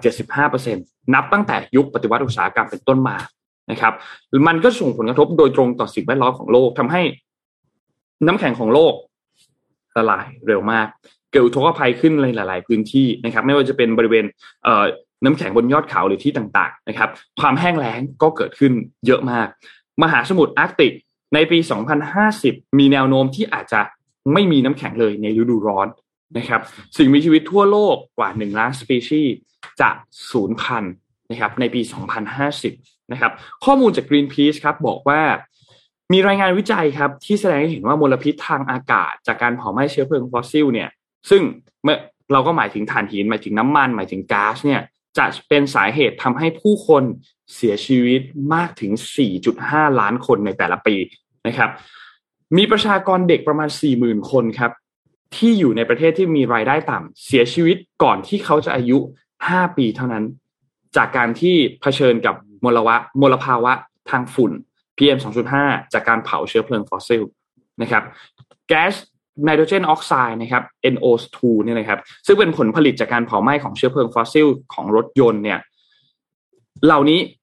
75% นับตั้งแต่ยุคปฏิวัติอุตสาหกรรมเป็นต้นมานะครับมันก็ส่งผลกระทบโดยตรงต่อสิ่งแวดล้อมของโลกทำให้น้ำแข็งของโลกละลายเร็วมากเกิดอุทกภัยขึ้นในหลายๆพื้นที่นะครับไม่ว่าจะเป็นบริเวณน้ำแข็งบนยอดเขาหรือที่ต่างๆนะครับความแห้งแล้งก็เกิดขึ้นเยอะมากมหาสมุทรอาร์กติกในปี 2050 มีแนวโน้มที่อาจจะไม่มีน้ำแข็งเลยในฤดูร้อนนะครับสิ่งมีชีวิตทั่วโลกกว่า1ล้านสปีชีส์จะสูญพันธุ์นะครับในปี 2050 นะครับข้อมูลจาก Greenpeace ครับบอกว่ามีรายงานวิจัยครับที่แสดงให้เห็นว่ามลพิษทางอากาศจากการเผาไหม้เชื้อเพลิงฟอสซิลเนี่ยซึ่งเราก็หมายถึงถ่านหินหมายถึงน้ำมันหมายถึงก๊าซเนี่ยจะเป็นสาเหตุทำให้ผู้คนเสียชีวิตมากถึง 4.5 ล้านคนในแต่ละปีนะครับมีประชากรเด็กประมาณ 40,000 คนครับที่อยู่ในประเทศที่มีรายได้ต่ำเสียชีวิตก่อนที่เขาจะอายุ5 ปีเท่านั้นจากการที่เผชิญกับมลภาวะทางฝุ่น PM 2.5 จากการเผาเชื้อเพลิงฟอสซิลนะครับแก๊สไนโตรเจนออกไซด์นะครับ NO2 เนี่ยนะครับซึ่งเป็นผลผลิตจากการเผาไหม้ของเชื้อเพลิงฟอสซิลของรถยนต์เนี่ยเหล่านี้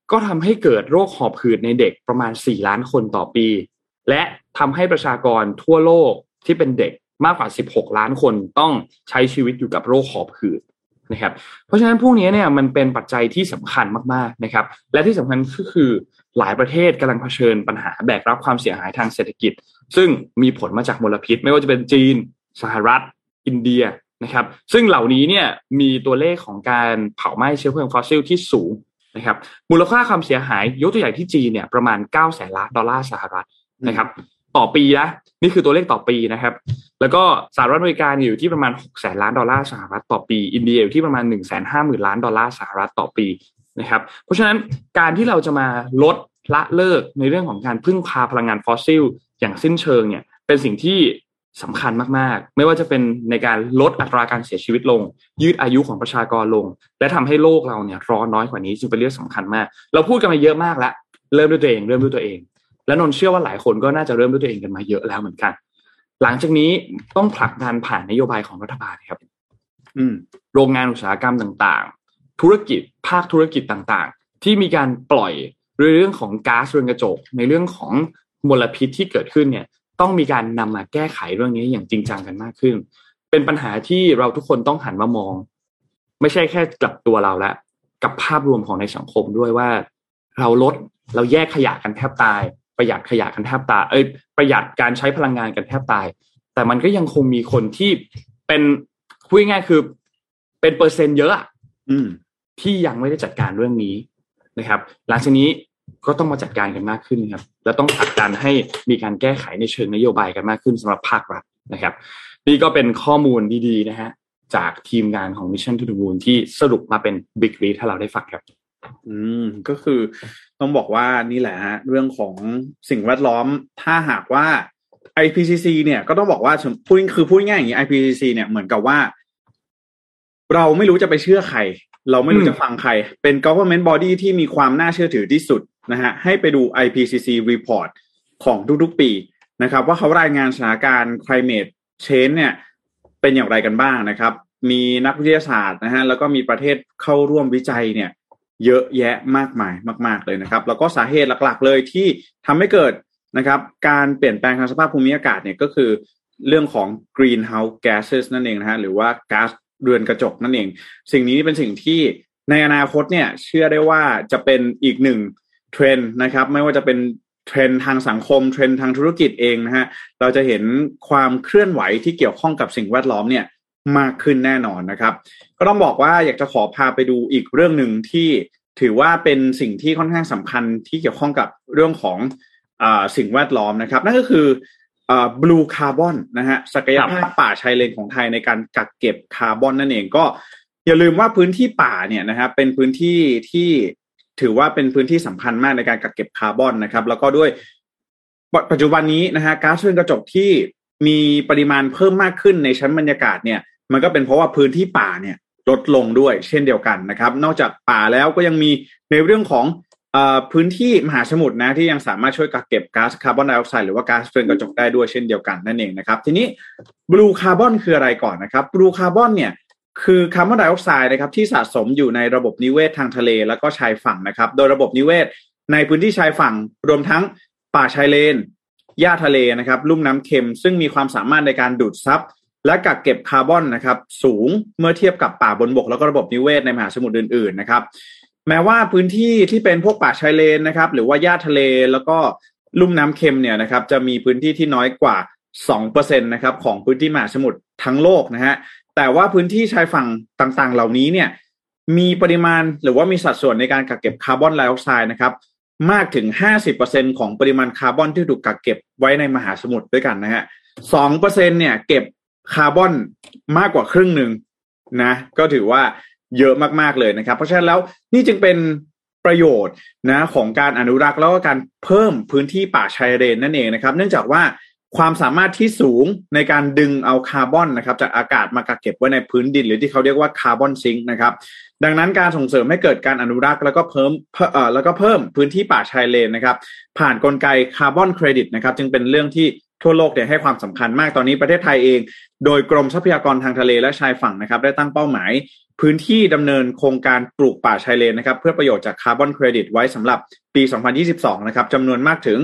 ก็ทำให้เกิดโรคหอบหืดในเด็กประมาณ4ล้านคนต่อปีและทำให้ประชากรทั่วโลกที่เป็นเด็กมากกว่า16ล้านคนต้องใช้ชีวิตอยู่กับโรคหอบหืดนะครับเพราะฉะนั้นพวกนี้เนี่ยมันเป็นปัจจัยที่สำคัญมากๆนะครับและที่สำคัญก็คือหลายประเทศกำลังเผชิญปัญหาแบกรับความเสียหายทางเศรษฐกิจซึ่งมีผลมาจากมลพิษไม่ว่าจะเป็นจีนสหรัฐอินเดียนะครับซึ่งเหล่านี้เนี่ยมีตัวเลขของการเผาไหม้เชื้อเพลิงฟอสซิลที่สูงนะครับมูลค่าความเสียหายยกตัวอย่างที่จีนเนี่ยประมาณ900,000 ล้านดอลลาร์สหรัฐนะครับต่อปีนะนี่คือตัวเลขต่อปีนะครับแล้วก็สหรัฐอเมริกาอยู่ที่ประมาณ600,000 ล้านดอลลาร์สหรัฐต่อปีอินเดียอยู่ที่ประมาณ 150,000 ล้านดอลลาร์สหรัฐต่อปีนะครับเพราะฉะนั้นการที่เราจะมาลดละเลิกในเรื่องของการพึ่งพาพลังงานฟอสซิลอย่างสิ้นเชิงเนี่ยเป็นสิ่งที่สำคัญมากๆไม่ว่าจะเป็นในการลดอัตราการเสียชีวิตลงยืดอายุของประชากรลงและทำให้โลกเราเนี่ยร้อนน้อยกว่านี้จึงเป็นเรื่องสำคัญมากเราพูดกันมาเยอะมากแล้วเริ่มด้วยตัวเองและนนท์เชื่อว่าหลายคนก็น่าจะเริ่มด้วยตัวเองกันมาเยอะแล้วเหมือนกันหลังจากนี้ต้องผลักดันผ่านนโยบายของรัฐบาลครับโรงงานอุตสาหกรรมต่างๆธุรกิจภาคธุรกิจต่างๆที่มีการปล่อยเรื่องของก๊าซเรือนกระจกในเรื่องของมลพิษที่เกิดขึ้นเนี่ยต้องมีการนำมาแก้ไขเรื่องนี้อย่างจริงจังกันมากขึ้นเป็นปัญหาที่เราทุกคนต้องหันมามองไม่ใช่แค่กับตัวเราและกับภาพรวมของในสังคมด้วยว่าเราแยกขยะกันแทบตายประหยัดขยะกันแทบตายประหยัดการใช้พลังงานกันแทบตายแต่มันก็ยังคงมีคนที่เป็นพูดง่ายๆคือเป็นเปอร์เซ็นต์เยอะที่ยังไม่ได้จัดการเรื่องนี้นะครับหลังจากนี้ก็ต้องมาจัดการกันมากขึ้นครับแล้วต้องผลักดันให้มีการแก้ไขในเชิงนโยบายกันมากขึ้นสำหรับภาครัฐนะครับนี่ก็เป็นข้อมูลดีๆนะฮะจากทีมงานของ Mission to the Moon ที่สรุปมาเป็น Big Read ให้เราได้ฟังครับก็คือต้องบอกว่านี่แหละฮะเรื่องของสิ่งแวดล้อมถ้าหากว่า IPCC เนี่ยก็ต้องบอกว่าพูดง่ายๆอย่างนี้ IPCC เนี่ยเหมือนกับว่าเราไม่รู้จะไปเชื่อใครเราไม่รู้จะฟังใครเป็น government body ที่มีความน่าเชื่อถือที่สุดนะฮะให้ไปดู IPCC report ของทุกๆปีนะครับว่าเขารายงานสถานการณ์ climate change เนี่ยเป็นอย่างไรกันบ้างนะครับมีนักวิทยาศาสตร์นะฮะแล้วก็มีประเทศเข้าร่วมวิจัยเนี่ยเยอะแยะมากมายมากๆเลยนะครับแล้วก็สาเหตุหลักๆเลยที่ทำให้เกิดนะครับการเปลี่ยนแปลงทางสภาพภูมิอากาศเนี่ยก็คือเรื่องของ greenhouse gases นั่นเองนะฮะหรือว่าก๊าซเรือนกระจกนั่นเองสิ่งนี้เป็นสิ่งที่ในอนาคตเนี่ยเชื่อได้ว่าจะเป็นอีกหนึ่งเทรนด์นะครับไม่ว่าจะเป็นเทรนด์ทางสังคมเทรนด์ทางธุรกิจเองนะฮะเราจะเห็นความเคลื่อนไหวที่เกี่ยวข้องกับสิ่งแวดล้อมเนี่ยมากขึ้นแน่นอนนะครับก็ต้องบอกว่าอยากจะขอพาไปดูอีกเรื่องหนึ่งที่ถือว่าเป็นสิ่งที่ค่อนข้างสำคัญที่เกี่ยวข้องกับเรื่องของสิ่งแวดล้อมนะครับนั่นก็คือบลูคาร์บอนนะฮะศักยภาพป่าชายเลนของไทยในการกักเก็บคาร์บอนนั่นเองก็อย่าลืมว่าพื้นที่ป่าเนี่ยนะครับเป็นพื้นที่ที่ถือว่าเป็นพื้นที่สำคัญมากในการกักเก็บคาร์บอนนะครับแล้วก็ด้วยปัจจุบันนี้นะฮะก๊าซเรือนกระจกที่มีปริมาณเพิ่มมากขึ้นในชั้นบรรยากาศเนี่ยมันก็เป็นเพราะว่าพื้นที่ป่าเนี่ยลดลงด้วยเช่นเดียวกันนะครับนอกจากป่าแล้วก็ยังมีในเรื่องของพื้นที่มหาสมุทรนะที่ยังสามารถช่วยกักเก็บก๊าซคาร์บอนไดออกไซด์หรือว่าก๊าซเรือนกระจกได้ด้วยเช่นเดียวกันนั่นเองนะครับทีนี้บลูคาร์บอนคืออะไรก่อนนะครับบลูคาร์บอนเนี่ยคือคาร์บอนไดออกไซด์นะครับที่สะสมอยู่ในระบบนิเวศทางทะเลแล้วก็ชายฝั่งนะครับโดยระบบนิเวศในพื้นที่ชายฝั่งรวมทั้งป่าชายเลนหญ้าทะเลนะครับลุ่มน้ำเค็มซึ่งมีความสามารถในการดูดซับและกักเก็บคาร์บอนนะครับสูงเมื่อเทียบกับป่าบนบกแล้วก็ระบบนิเวศในมหาสมุทรอื่นๆนะครับแม้ว่าพื้นที่ที่เป็นพวกป่าชายเลนนะครับหรือว่าหญ้าทะเลแล้วก็ลุ่มน้ำเค็มเนี่ยนะครับจะมีพื้นที่ที่น้อยกว่า 2% นะครับของพื้นที่มหาสมุทรทั้งโลกนะฮะแต่ว่าพื้นที่ชายฝั่งต่างๆเหล่านี้เนี่ยมีปริมาณหรือว่ามีสัดส่วนในการกักเก็บคาร์บอนไดออกไซด์นะครับมากถึง 50% ของปริมาณคาร์บอนที่ถูกกักเก็บไว้ในมหาสมุทรด้วยกันนะฮะ 2% เนี่ยเก็บคาร์บอนมากกว่าครึ่งนึงนะก็ถือว่าเยอะมากๆเลยนะครับเพราะฉะนั้นแล้วนี่จึงเป็นประโยชน์นะของการอนุรักษ์แล้วก็การเพิ่มพื้นที่ป่าชายเลนนั่นเองนะครับเนื่องจากว่าความสามารถที่สูงในการดึงเอาคาร์บอนนะครับจากอากาศมากักเก็บไว้ในพื้นดินหรือที่เขาเรียกว่าคาร์บอนซิงค์นะครับดังนั้นการส่งเสริมให้เกิดการอนุรักษ์แล้วก็เพิ่มพื้นที่ป่าชายเลนนะครับผ่านกลไกคาร์บอนเครดิตนะครับจึงเป็นเรื่องที่ทั่วโลกเนี่ยให้ความสำคัญมากตอนนี้ประเทศไทยเองโดยกรมทรัพยากรทางทะเลและชายฝั่งนะครับได้ตั้งเป้าหมายพื้นที่ดำเนินโครงการปลูกป่าชายเลนนะครับเพื่อประโยชน์จากคาร์บอนเครดิตไว้สำหรับปี 2022 นะครับจำนวนมากถึง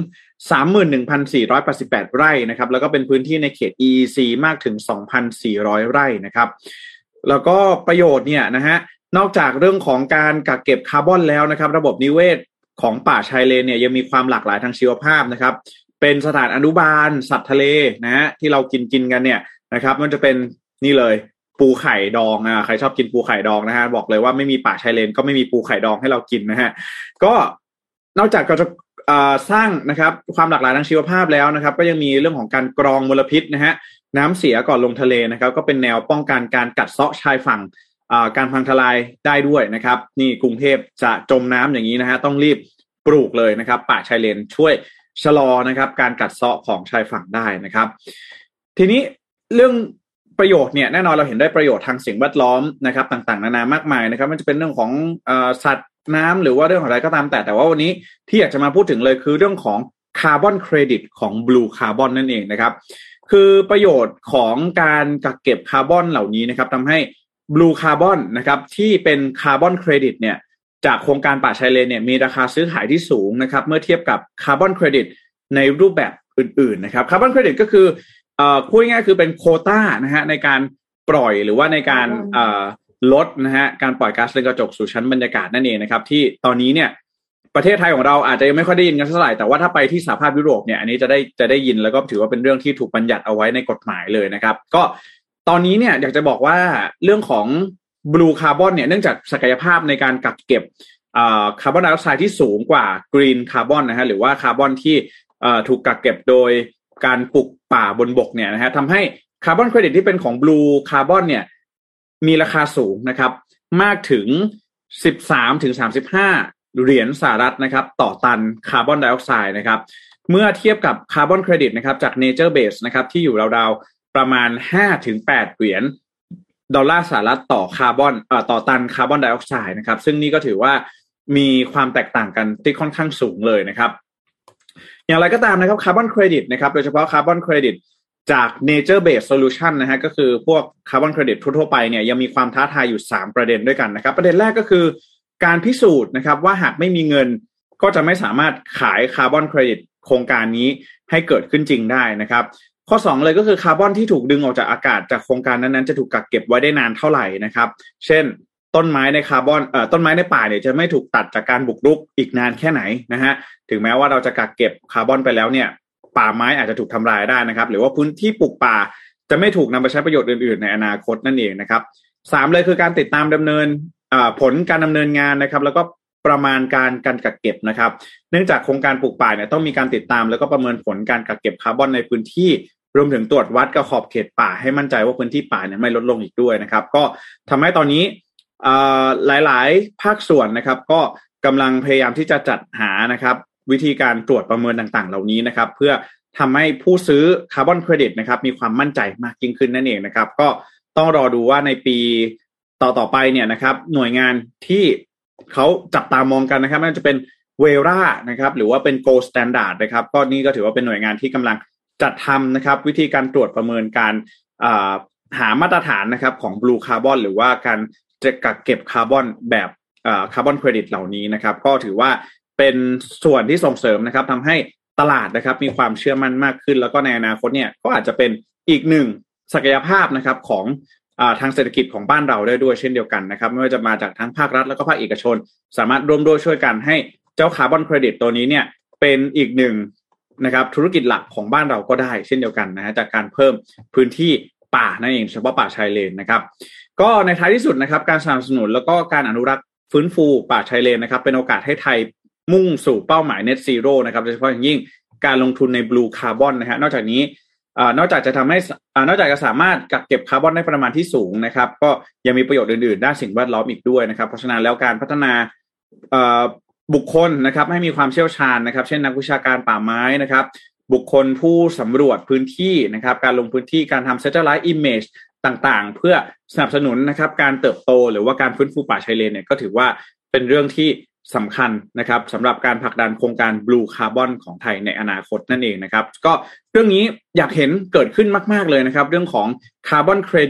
31,488 ไร่นะครับแล้วก็เป็นพื้นที่ในเขต EEC มากถึง 2,400 ไร่นะครับแล้วก็ประโยชน์เนี่ยนะฮะนอกจากเรื่องของการกักเก็บคาร์บอนแล้วนะครับระบบนิเวศของป่าชายเลนเนี่ยยังมีความหลากหลายทางชีวภาพนะครับเป็นสถานอนุบาลสัตว์ทะเลนะฮะที่เรากินกันเนี่ยนะครับมันจะเป็นนี่เลยปูไข่ดองใครชอบกินปูไข่ดองนะฮะบอกเลยว่าไม่มีป่าชายเลนก็ไม่มีปูไข่ดองให้เรากินนะฮะก็นอกจากเราจะสร้างนะครับความหลากหลายทางชีวภาพแล้วนะครับก็ยังมีเรื่องของการกรองมลพิษนะฮะน้ำเสียก่อนลงทะเลนะครับก็เป็นแนวป้องกันการกัดเซาะชายฝั่งการพังทลายได้ด้วยนะครับนี่กรุงเทพจะจมน้ำอย่างนี้นะฮะต้องรีบปลูกเลยนะครับป่าชายเลนช่วยชะลอนะครับการกัดเซาะของชายฝั่งได้นะครับทีนี้เรื่องประโยชน์เนี่ยแน่นอนเราเห็นได้ประโยชน์ทางสิ่งแวดล้อมนะครับต่างๆนานามากมายนะครับมันจะเป็นเรื่องของสัตว์น้ำหรือว่าเรื่องอะไรก็ตามแต่ว่าวันนี้ที่อยากจะมาพูดถึงเลยคือเรื่องของคาร์บอนเครดิตของ Blue Carbon นั่นเองนะครับคือประโยชน์ของการกักเก็บคาร์บอนเหล่านี้นะครับทำให้ Blue Carbon นะครับที่เป็นคาร์บอนเครดิตเนี่ยจากโครงการป่าชายเลนเนี่ยมีราคาซื้อขายที่สูงนะครับเมื่อเทียบกับคาร์บอนเครดิตในรูปแบบอื่นๆนะครับคาร์บอนเครดิตก็คือพูดง่ายๆคือเป็นโควต้านะฮะในการปล่อยหรือว่าในการลดนะฮะการปล่อยก๊าซเรือนกระจกสู่ชั้นบรรยากาศนั่นเองนะครับที่ตอนนี้เนี่ยประเทศไทยของเราอาจจะยังไม่ค่อยได้ยินกันเท่าไหร่แต่ว่าถ้าไปที่สหภาพยุโรปเนี่ยอันนี้จะได้ยินแล้วก็ถือว่าเป็นเรื่องที่ถูกบัญญัติเอาไว้ในกฎหมายเลยนะครับก็ตอนนี้เนี่ยอยากจะบอกว่าเรื่องของ Blue Carbon เนี่ยเนื่องจากศักยภาพในการกักเก็บคาร์บอนไดออกไซด์ที่สูงกว่า Green Carbon นะฮะหรือว่าคาร์บอนที่ถูกกักเก็บโดยการปลูกป่าบนบกเนี่ยนะฮะทำให้คาร์บอนเครดิตที่เป็นของ Blue Carbon เนี่ยมีราคาสูงนะครับมากถึง 13-35 เหรียญสหรัฐนะครับต่อตันคาร์บอนไดออกไซด์นะครับเมื่อเทียบกับคาร์บอนเครดิตนะครับจาก Nature Base นะครับที่อยู่ราวๆประมาณ 5-8 เหรียญดอลลาร์สหรัฐต่อคาร์บอนต่อตันคาร์บอนไดออกไซด์นะครับซึ่งนี่ก็ถือว่ามีความแตกต่างกันที่ค่อนข้างสูงเลยนะครับอย่างไรก็ตามนะครับคาร์บอนเครดิตนะครับโดยเฉพาะคาร์บอนเครดิตจาก Nature Based Solution นะฮะก็คือพวกคาร์บอนเครดิตทั่วๆไปเนี่ยยังมีความท้าทายอยู่3ประเด็นด้วยกันนะครับประเด็นแรกก็คือการพิสูจน์นะครับว่าหากไม่มีเงินก็จะไม่สามารถขายคาร์บอนเครดิตโครงการนี้ให้เกิดขึ้นจริงได้นะครับข้อ2เลยก็คือคาร์บอนที่ถูกดึงออกจากอากาศจากโครงการนั้นๆจะถูกกักเก็บไว้ได้นานเท่าไหร่นะครับเช่นต้นไม้ในต้นไม้ในป่าเนี่ยจะไม่ถูกตัดจากการบุกรุกอีกนานแค่ไหนนะฮะถึงแม้ว่าเราจะกักเก็บคาร์บอนไปแล้วเนี่ยป่าไม้อาจจะถูกทำลายได้นะครับหรือว่าพื้นที่ปลูกป่าจะไม่ถูกนำไปใช้ประโยชน์อื่นๆในอนาคตนั่นเองนะครับ3เลยคือการติดตามดำเนินผลการดำเนินงานนะครับแล้วก็ประมาณการกักเก็บนะครับเนื่องจากโครงการปลูกป่าเนี่ยต้องมีการติดตามแล้วก็ประเมินผลการกักเก็บคาร์บอนในพื้นที่รวมถึงตรวจวัดกับขอบเขตป่าให้มั่นใจว่าพื้นที่ป่าเนี่ยไม่ลดลงอีกด้วยนะครับก็ทำให้ตอนนี้หลายๆภาคส่วนนะครับก็กำลังพยายามที่จะจัดหานะครับวิธีการตรวจประเมินต่างๆเหล่านี้นะครับเพื่อทำให้ผู้ซื้อคาร์บอนเครดิตนะครับมีความมั่นใจมากยิ่งขึ้นนั่นเองนะครับก็ต้องรอดูว่าในปีต่อไปเนี่ยนะครับหน่วยงานที่เขาจับตามองกันนะครับนั่นจะเป็นเวรานะครับหรือว่าเป็น Gold Standard นะครับก็นี่ก็ถือว่าเป็นหน่วยงานที่กำลังจัดทำนะครับวิธีการตรวจประเมินการหามาตรฐานนะครับของ Blue Carbon หรือว่าการจะกักเก็บคาร์บอนแบบคาร์บอนเครดิตเหล่านี้นะครับก็ถือว่าเป็นส่วนที่ส่งเสริมนะครับทำให้ตลาดนะครับมีความเชื่อมั่นมากขึ้นแล้วก็ในอนาคตเนี่ยก็อาจจะเป็นอีกหนึ่งศักยภาพนะครับของทางเศรษฐกิจของบ้านเราได้ด้วยเช่นเดียวกันนะครับไม่ว่าจะมาจากทั้งภาครัฐแล้วก็ภาคเอกชนสามารถร่วมด้วยช่วยกันให้เจ้าคาร์บอนเครดิตตัวนี้เนี่ยเป็นอีกหนึ่งนะครับธุรกิจหลักของบ้านเราก็ได้เช่นเดียวกันนะฮะจากการเพิ่มพื้นที่ป่านั่นเองเฉพาะป่าชายเลนนะครับก็ในท้ายที่สุดนะครับการสนับสนุนแล้วก็การอนุรักษ์ฟื้นฟูป่าชายเลนนะครับเป็นโอกาสให้ไทยมุ่งสู่เป้าหมาย Net Zero นะครับโดยเฉพาะอย่างยิ่งการลงทุนใน Blue Carbon นะฮะนอกจากนี้นอกจากจะสามารถกักเก็บคาร์บอนได้ประมาณที่สูงนะครับก็ยังมีประโยชน์อื่นๆด้านสิ่งแวดล้อมอีกด้วยนะครับเพราะฉะนั้นแล้วการพัฒนาบุคคลนะครับให้มีความเชี่ยวชาญนะครับเช่นนักวิชาการป่าไม้นะครับบุคคลผู้สำรวจพื้นที่นะครับการลงพื้นที่การทำ Satellite Image ต่างๆเพื่อสนับสนุนนะครับการเติบโตหรือว่าการฟื้นฟูป่าชายเลนเนี่ยก็ถือว่าเป็นเรื่องที่สำคัญนะครับสำหรับการผลักดันโครงการ Blue Carbon ของไทยในอนาคตนั่นเองนะครับก็เรื่องนี้อยากเห็นเกิดขึ้นมากๆเลยนะครับเรื่องของ Carbon Credit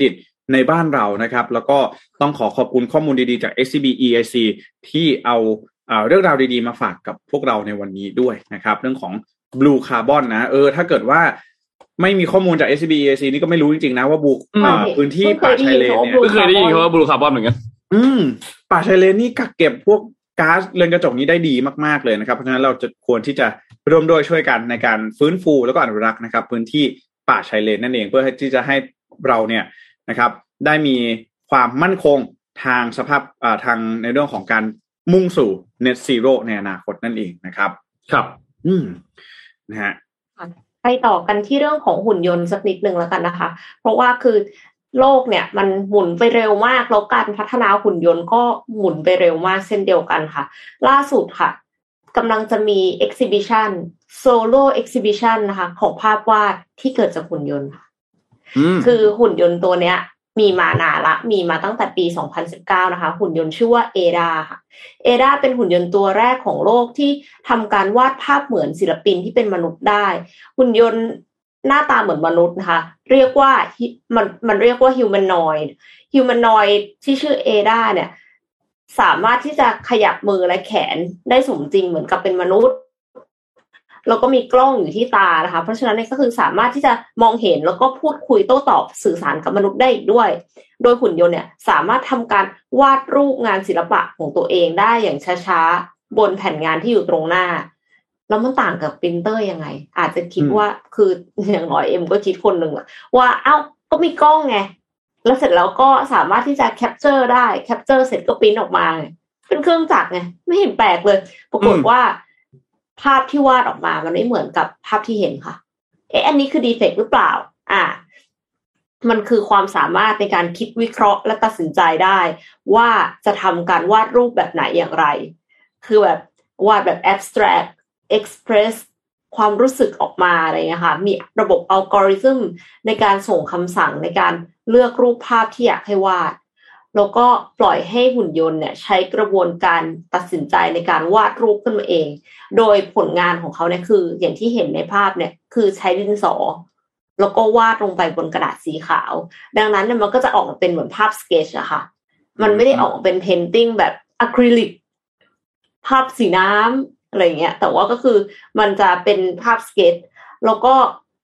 ในบ้านเรานะครับแล้วก็ต้องขอบคุณข้อมูลดีๆจาก SCB EIC ที่เอาเรื่องราวดีๆมาฝากกับพวกเราในวันนี้ด้วยนะครับเรื่องของ Blue Carbon นะถ้าเกิดว่าไม่มีข้อมูลจาก SCB EIC นี่ก็ไม่รู้จริงๆนะว่าพื้นที่ป่าชายเลนเนี่ยไม่เคยได้ยินคำว่า Blue Carbon เหมือนกันป่าชายเลนนี่กักเก็บพวกก๊าซเรือนกระจกนี้ได้ดีมากๆเลยนะครับเพราะฉะนั้นเราจะควรที่จะร่วมด้วยช่วยกันในการฟื้นฟูแล้วก็อนุรักษ์นะครับพื้นที่ป่าชายเลนนั่นเองเพื่อที่จะให้เราเนี่ยนะครับได้มีความมั่นคงทางสภาพทางในเรื่องของการมุ่งสู่ Net Zero ในอนาคตนั่นเองนะครับครับนะฮะไปต่อกันที่เรื่องของหุ่นยนต์สักนิดนึงแล้วกันนะคะเพราะว่าคือโลกเนี่ยมันหมุนไปเร็วมากแล้วการพัฒนาหุ่นยนต์ก็หมุนไปเร็วมากเช่นเดียวกันค่ะล่าสุดค่ะกำลังจะมี exhibition solo exhibition นะคะของภาพวาดที่เกิดจากหุ่นยนต์ค่ะคือหุ่นยนต์ตัวเนี้ยมีมานานละมีมาตั้งแต่ปี2019นะคะหุ่นยนต์ชื่อว่า Ada ค่ะ Ada เป็นหุ่นยนต์ตัวแรกของโลกที่ทำการวาดภาพเหมือนศิลปินที่เป็นมนุษย์ได้หุ่นยนต์หน้าตาเหมือนมนุษย์นะคะเรียกว่ามันเรียกว่า humanoid ที่ชื่อ Ada เนี่ยสามารถที่จะขยับมือและแขนได้สมจริงเหมือนกับเป็นมนุษย์แล้วก็มีกล้องอยู่ที่ตานะคะเพราะฉะนั้นก็คือสามารถที่จะมองเห็นแล้วก็พูดคุยโต้ตอบสื่อสารกับมนุษย์ได้อีกด้วยโดยหุ่นยนต์เนี่ยสามารถทำการวาดรูปงานศิลปะของตัวเองได้อย่างช้าๆบนแผ่นงานที่อยู่ตรงหน้าแล้วมันต่างกับปรินเตอร์ยังไงอาจจะคิดว่าคืออย่างน้อยก็คิดคนหนึ่งว่าก็มีกล้องไงแล้วเสร็จแล้วก็สามารถที่จะแคปเจอร์ได้แคปเจอร์เสร็จก็ปริ้นออกมาเป็นเครื่องจักรไงไม่เห็นแปลกเลยปรากฏว่าภาพที่วาดออกมามันไม่เหมือนกับภาพที่เห็นค่ะอันนี้คือดีเฟกต์หรือเปล่ามันคือความสามารถในการคิดวิเคราะห์และตัดสินใจได้ว่าจะทำการวาดรูปแบบไหนอย่างไรคือแบบวาดแบบ abstract express ความรู้สึกออกมาอะไรเงี้ยค่ะมีระบบอัลกอริทึมในการส่งคำสั่งในการเลือกรูปภาพที่อยากให้วาดแล้วก็ปล่อยให้หุ่นยนต์เนี่ยใช้กระบวนการตัดสินใจในการวาดรูปขึ้นมาเองโดยผลงานของเขาเนี่ยคืออย่างที่เห็นในภาพเนี่ยคือใช้ดินสอแล้วก็วาดลงไปบนกระดาษสีขาวดังนั้นเนี่ยมันก็จะออกมาเป็นเหมือนภาพสเก็ตอะค่ะมันไม่ได้ออกมาเป็นเพนติ้งแบบอะคริลิกภาพสีน้ำอะไรเงี้ยแต่ว่าก็คือมันจะเป็นภาพสเก็ตแล้วก็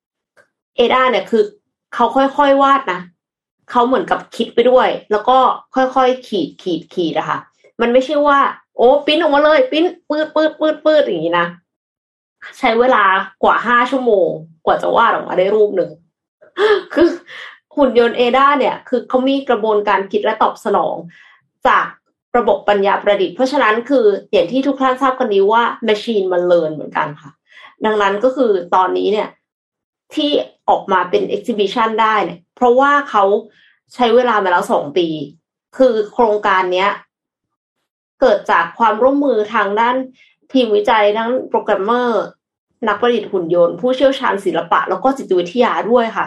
Adaเนี่ยคือเขาค่อยๆวาดนะเขาเหมือนกับคิดไปด้วยแล้วก็ค่อยๆขีดอะค่ะมันไม่ใช่ว่าปิ้นออกมาเลยปิ้นปืดอย่างนี้นะใช้เวลากว่า5 ชั่วโมงกว่าจะวาดออกมาได้รูปหนึ่งคือหุ่นยนต์ Ada เนี่ยคือเขามีกระบวนการคิดและตอบสนองจากระบบปัญญาประดิษฐ์เพราะฉะนั้นคืออย่างที่ทุกท่านทราบกันดีว่า machine มัน learn เหมือนกันค่ะดังนั้นก็คือตอนนี้เนี่ยที่ออกมาเป็น exhibition ได้เนี่ยเพราะว่าเขาใช้เวลามาแล้ว2 ปีคือโครงการเนี้ยเกิดจากความร่วมมือทางด้านทีมวิจัยทั้งโปรแกรมเมอร์นักประดิษฐ์หุ่นยนต์ผู้เชี่ยวชาญศิลปะแล้วก็จิตวิทยาด้วยค่ะ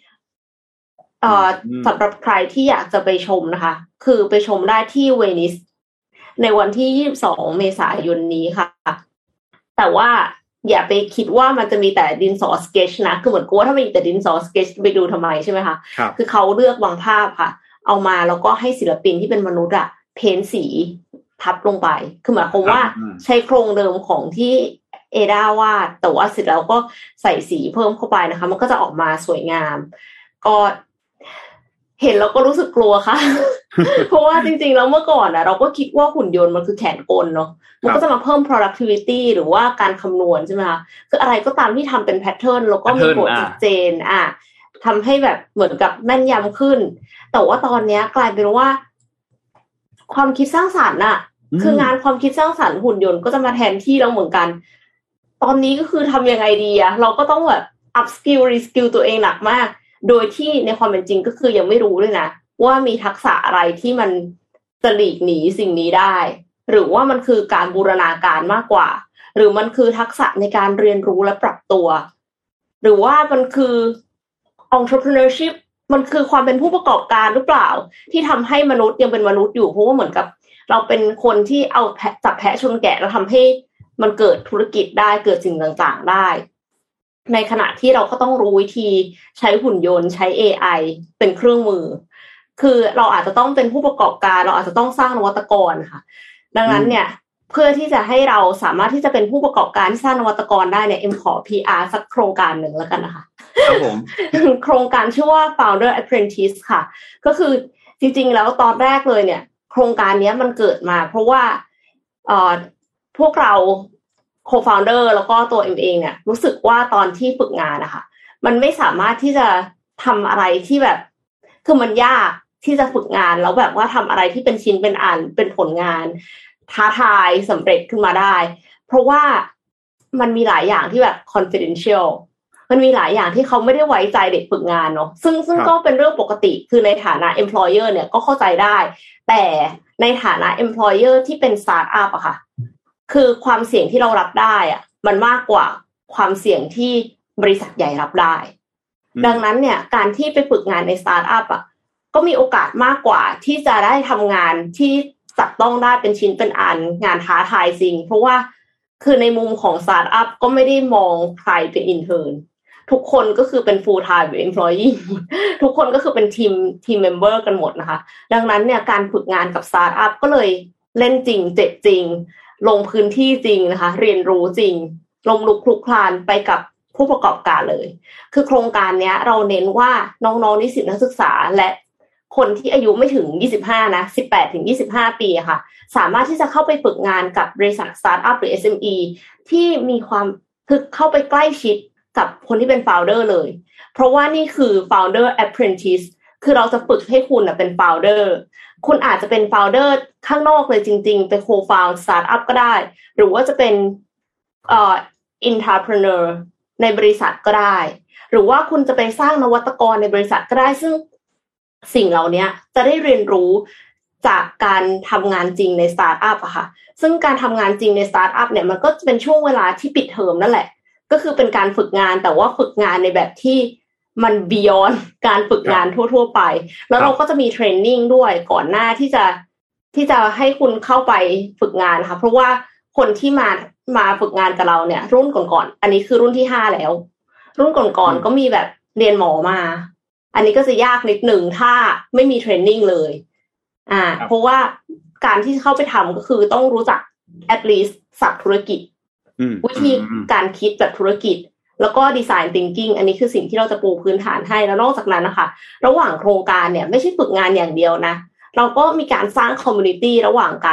สำหรับใครที่อยากจะไปชมนะคะคือไปชมได้ที่เวนิสในวันที่22 เมษายนนี้ค่ะแต่ว่าอย่าไปคิดว่ามันจะมีแต่ดินสอสเก็ตนะคือเหมือนกับว่าถ้ามีแต่ดินสอสเก็ตไปดูทำไมใช่ไหมคะคือเขาเลือกบางภาพค่ะเอามาแล้วก็ให้ศิลปินที่เป็นมนุษย์เพ้นสีทับลงไปคือหมายความว่าใช้โครงเดิมของที่Adaวาดแต่ว่าเสร็จแล้วก็ใส่สีเพิ่มเข้าไปนะคะมันก็จะออกมาสวยงามก็เห็นแล้วก็รู้สึกกลัวค่ะ เพราะว่าจริงๆแล้วเมื่อก่อนเราก็คิดว่าหุ่นยนต์มันคือแขนกลเนาะมันก็จะมาเพิ่ม productivity หรือว่าการคำนวณใช่ไหมคะคืออะไรก็ตามที่ทำเป็นแพทเทิร์นแล้วก็มีกฎชัดเจนทำให้แบบเหมือนกับแม่นยำขึ้นแต่ว่าตอนนี้กลายเป็นว่าความคิดสร้างสรรค์คืองานความคิดสร้างสรรค์หุ่นยนต์ก็จะมาแทนที่เราเหมือนกันตอนนี้ก็คือทำยังไงดีเราก็ต้องแบบ up skill re skill ตัวเองหนักมากโดยที่ในความเป็นจริงก็คือยังไม่รู้ด้วยนะว่ามีทักษะอะไรที่มันจะหลีกหนีสิ่งนี้ได้หรือว่ามันคือการบูรณาการมากกว่าหรือมันคือทักษะในการเรียนรู้และปรับตัวหรือว่ามันคือ entrepreneurship มันคือความเป็นผู้ประกอบการหรือเปล่าที่ทำให้มนุษย์ยังเป็นมนุษย์อยู่เพราะว่าเหมือนกับเราเป็นคนที่เอาจับแพะชนแกะแล้วทำให้มันเกิดธุรกิจได้เกิดสิ่งต่างๆได้ในขณะที่เราก็ต้องรู้วิธีใช้หุ่นยนต์ใช้ AI เป็นเครื่องมือคือเราอาจจะต้องเป็นผู้ประกอบการเราอาจจะต้องสร้างนวัตกรค่ะดังนั้นเนี่ยเพื่อที่จะให้เราสามารถที่จะเป็นผู้ประกอบการที่สร้างนวัตกรได้เนี่ยขอ PR สักโครงการหนึ่งแล้วกันนะคะครับผมโครงการชื่อว่า Founder Apprentice ค่ะก็คือจริงๆแล้วตอนแรกเลยเนี่ยโครงการนี้มันเกิดมาเพราะว่าพวกเรา co-founder แล้วก็ตัวเองเนี่ยรู้สึกว่าตอนที่ฝึกงานนะคะมันไม่สามารถที่จะทำอะไรที่แบบคือมันยากที่จะฝึกงานแล้วแบบว่าทำอะไรที่เป็นชิ้นเป็นอันเป็นผลงานท้าทายสำเร็จขึ้นมาได้เพราะว่ามันมีหลายอย่างที่แบบ confidential มันมีหลายอย่างที่เขาไม่ได้ไว้ใจเด็กฝึกงานเนาะซึ่งก็เป็นเรื่องปกติคือในฐานะ employer เนี่ยก็เข้าใจได้แต่ในฐานะ employer ที่เป็น startup อะค่ะคือความเสี่ยงที่เรารับได้อะมันมากกว่าความเสี่ยงที่บริษัทใหญ่รับได้ดังนั้นเนี่ยการที่ไปฝึกงานใน startup อะก็มีโอกาสมากกว่าที่จะได้ทำงานที่จับต้องได้เป็นชิ้นเป็นอันงานท้าทายจริงเพราะว่าคือในมุมของ startup ก็ไม่ได้มองใครเป็น intern ทุกคนก็คือเป็น full time employee ทุกคนก็คือเป็นทีม member กันหมดนะคะดังนั้นเนี่ยการฝึกงานกับ startup ก็เลยเล่นจริงเจ็บจริงลงพื้นที่จริงนะคะเรียนรู้จริงลงลุกคลุกคลานไปกับผู้ประกอบการเลยคือโครงการนี้เราเน้นว่าน้องๆนิสิตนักศึกษาและคนที่อายุไม่ถึง25นะ18ถึง25ปีค่ะสามารถที่จะเข้าไปฝึกงานกับบริษัทสตาร์ทอัพหรือ SME ที่มีความคือเข้าไปใกล้ชิดกับคนที่เป็น founder เลยเพราะว่านี่คือ founder apprentice คือเราจะฝึกให้คุณเป็น founder คุณอาจจะเป็น founder ข้างนอกเลยจริงๆเป็น co-found startup ก็ได้หรือว่าจะเป็นentrepreneur ในบริษัทก็ได้หรือว่าคุณจะไปสร้างนวัตกรในบริษัทก็ได้ซึ่งสิ่งเหล่านี้จะได้เรียนรู้จากการทำงานจริงในสตาร์ทอัพอะค่ะซึ่งการทำงานจริงในสตาร์ทอัพเนี่ยมันก็จะเป็นช่วงเวลาที่ปิดเทอมนั่นแหละก็คือเป็นการฝึกงานแต่ว่าฝึกงานในแบบที่มัน beyond การฝึกงานทั่วๆไปแล้วเราก็จะมีเทรนนิ่งด้วยก่อนหน้าที่จะให้คุณเข้าไปฝึกงานค่ะเพราะว่าคนที่มาฝึกงานกับเราเนี่ยรุ่นก่อนๆอันนี้คือรุ่นที่5แล้วรุ่นก่อนๆก็มีแบบเรียนหมอมาอันนี้ก็จะยากนิดหนึ่งถ้าไม่มีเทรนนิ่งเลยเพราะว่าการที่เข้าไปทำก็คือต้องรู้จัก at least ศัพท์ธุรกิจวิธีการคิดแบบธุรกิจแล้วก็ design thinking อันนี้คือสิ่งที่เราจะปูพื้นฐานให้แล้วนอกจากนั้นนะคะระหว่างโครงการเนี่ยไม่ใช่ฝึกงานอย่างเดียวนะเราก็มีการสร้าง community ระหว่างกัน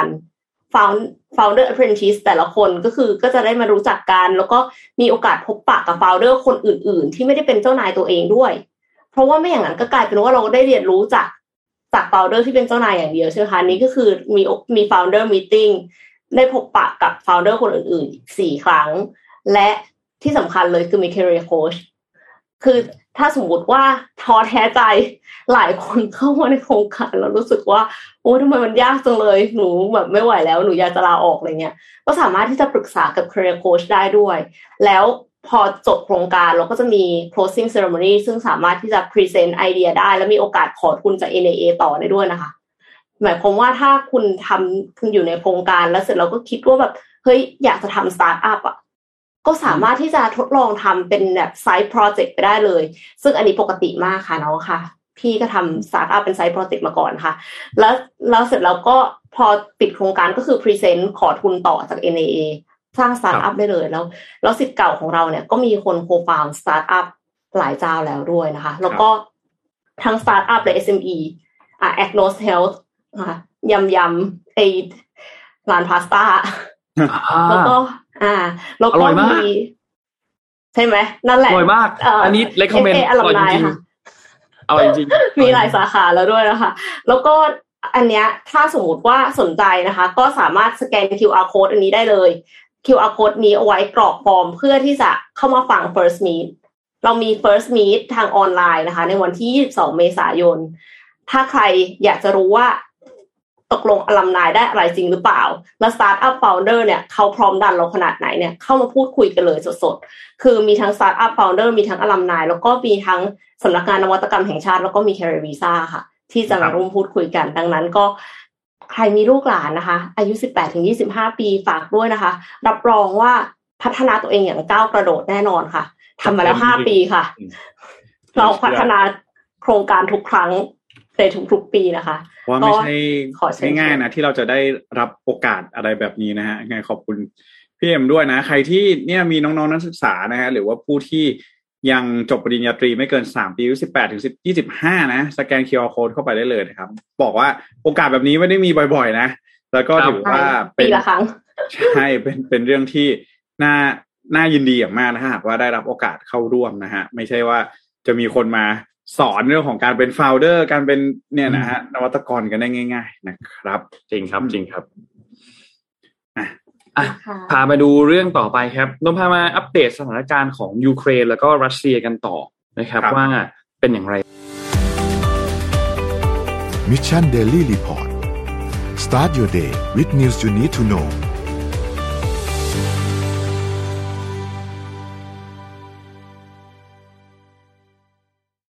founder apprentice แต่ละคนก็จะได้มารู้จักกันแล้วก็มีโอกาสพบปะกับ founder คนอื่นๆที่ไม่ได้เป็นเจ้านายตัวเองด้วยเพราะว่าไม่อย่างนั้นก็กลายเป็นว่าเราได้เรียนรู้จาก founder ที่เป็นเจ้านายอย่างเดียวใช่ไหมคะนี้ก็คือมี founder meeting ได้พบปะกับ founder คนอื่นๆ4ครั้งและที่สำคัญเลยคือมี career coach คือถ้าสมมติว่าท้อแท้ใจหลายคนเข้ามาในโครงการแล้วรู้สึกว่าโอ้ทำไมมันยากจังเลยหนูแบบไม่ไหวแล้วหนูอยากจะลาออกอะไรเงี้ยก็สามารถที่จะปรึกษากับ career coach ได้ด้วยแล้วพอจบโครงการเราก็จะมี closing ceremony ซึ่งสามารถที่จะ present ไอเดียได้และมีโอกาสขอทุนจาก NAA ต่อได้ด้วยนะคะหมายความว่าถ้าคุณอยู่ในโครงการแล้วเสร็จเราก็คิดว่าแบบเฮ้ยอยากจะทำ start up อ่ะก็สามารถที่จะทดลองทำเป็นแบบ side project ไปได้เลยซึ่งอันนี้ปกติมากค่ะน้องค่ะพี่ก็ทำ start up เป็น side project มาก่อนค่ะแล้วเสร็จแล้วก็พอปิดโครงการก็คือ present ขอทุนต่อจาก NAAสร้างสตาร์ทอัพได้เลยแล้วศิษย์เก่าของเราเนี่ยก็มีคนโคฟาวด์สตาร์ทอัพหลายเจ้าแล้วด้วยนะคะแล้วก็ทั้งสตาร์ทอัพและ SME Agnos Health นะคะยำไอร้านพาสต้าแล้วก็มีใช่ไหมนั่นแหละอร่อยมากอันนี้ recommend อร่อยจริงๆอร่อยจริงมีหลายสาขาแล้วด้วยนะคะแล้วก็อันเนี้ยถ้าสมมติว่าสนใจนะคะก็สามารถสแกน QR code อันนี้ได้เลยQR code นี้เอาไว้กรอกฟอร์มเพื่อที่จะเข้ามาฟัง First Meet เรามี First Meet ทางออนไลน์นะคะในวันที่22เมษายนถ้าใครอยากจะรู้ว่าตกลงอลัมไนได้อะไรจริงหรือเปล่าแล้ว Startup Founder เนี่ยเขาพร้อมดันเราขนาดไหนเนี่ยเข้ามาพูดคุยกันเลยสดๆคือมีทั้ง Startup Founder มีทั้งอลัมไนแล้วก็มีทั้งสำนักงานนวัตกรรมแห่งชาติแล้วก็มี Career Visa ค่ะที่จะมาร่วมพูดคุยกันดังนั้นก็ใครมีลูกหลานนะคะอายุ 18-25 ปีฝากด้วยนะคะรับรองว่าพัฒนาตัวเองอย่างก้าวกระโดดแน่นอนค่ะทำมาแล้ว5ปีค่ะเราพัฒนาโครงการทุกครั้งในทุกๆปีนะคะว่าไม่ใช่ง่ายๆนะที่เราจะได้รับโอกาสอะไรแบบนี้นะฮะไงขอบคุณพี่เอ็มด้วยนะใครที่เนี่ยมีน้องๆนักศึกษานะฮะหรือว่าผู้ที่ยังจบปริญญาตรีไม่เกิน3ปีอายุ18 ถึง 25นะสแกน QR Code เข้าไปได้เลยนะครับบอกว่าโอกาสแบบนี้ไม่ได้มีบ่อยๆนะแล้วก็ถือว่าเป็นปีละครั้งใช่เป็นเรื่องที่น่ายินดีอย่างมากนะฮะหากว่าได้รับโอกาสเข้าร่วมนะฮะไม่ใช่ว่าจะมีคนมาสอนเรื่องของการเป็นโฟลเดอร์การเป็นเนี่ยนะฮะนวัตกรกันได้ง่ายๆนะครับจริงครับพามาดูเรื่องต่อไปครับนพามาอัปเดตสถานการณ์ของยูเครนแล้วก็รัสเซียกันต่อนะครับว่าเป็นอย่างไร Mission Daily Report Start your day with news you need to know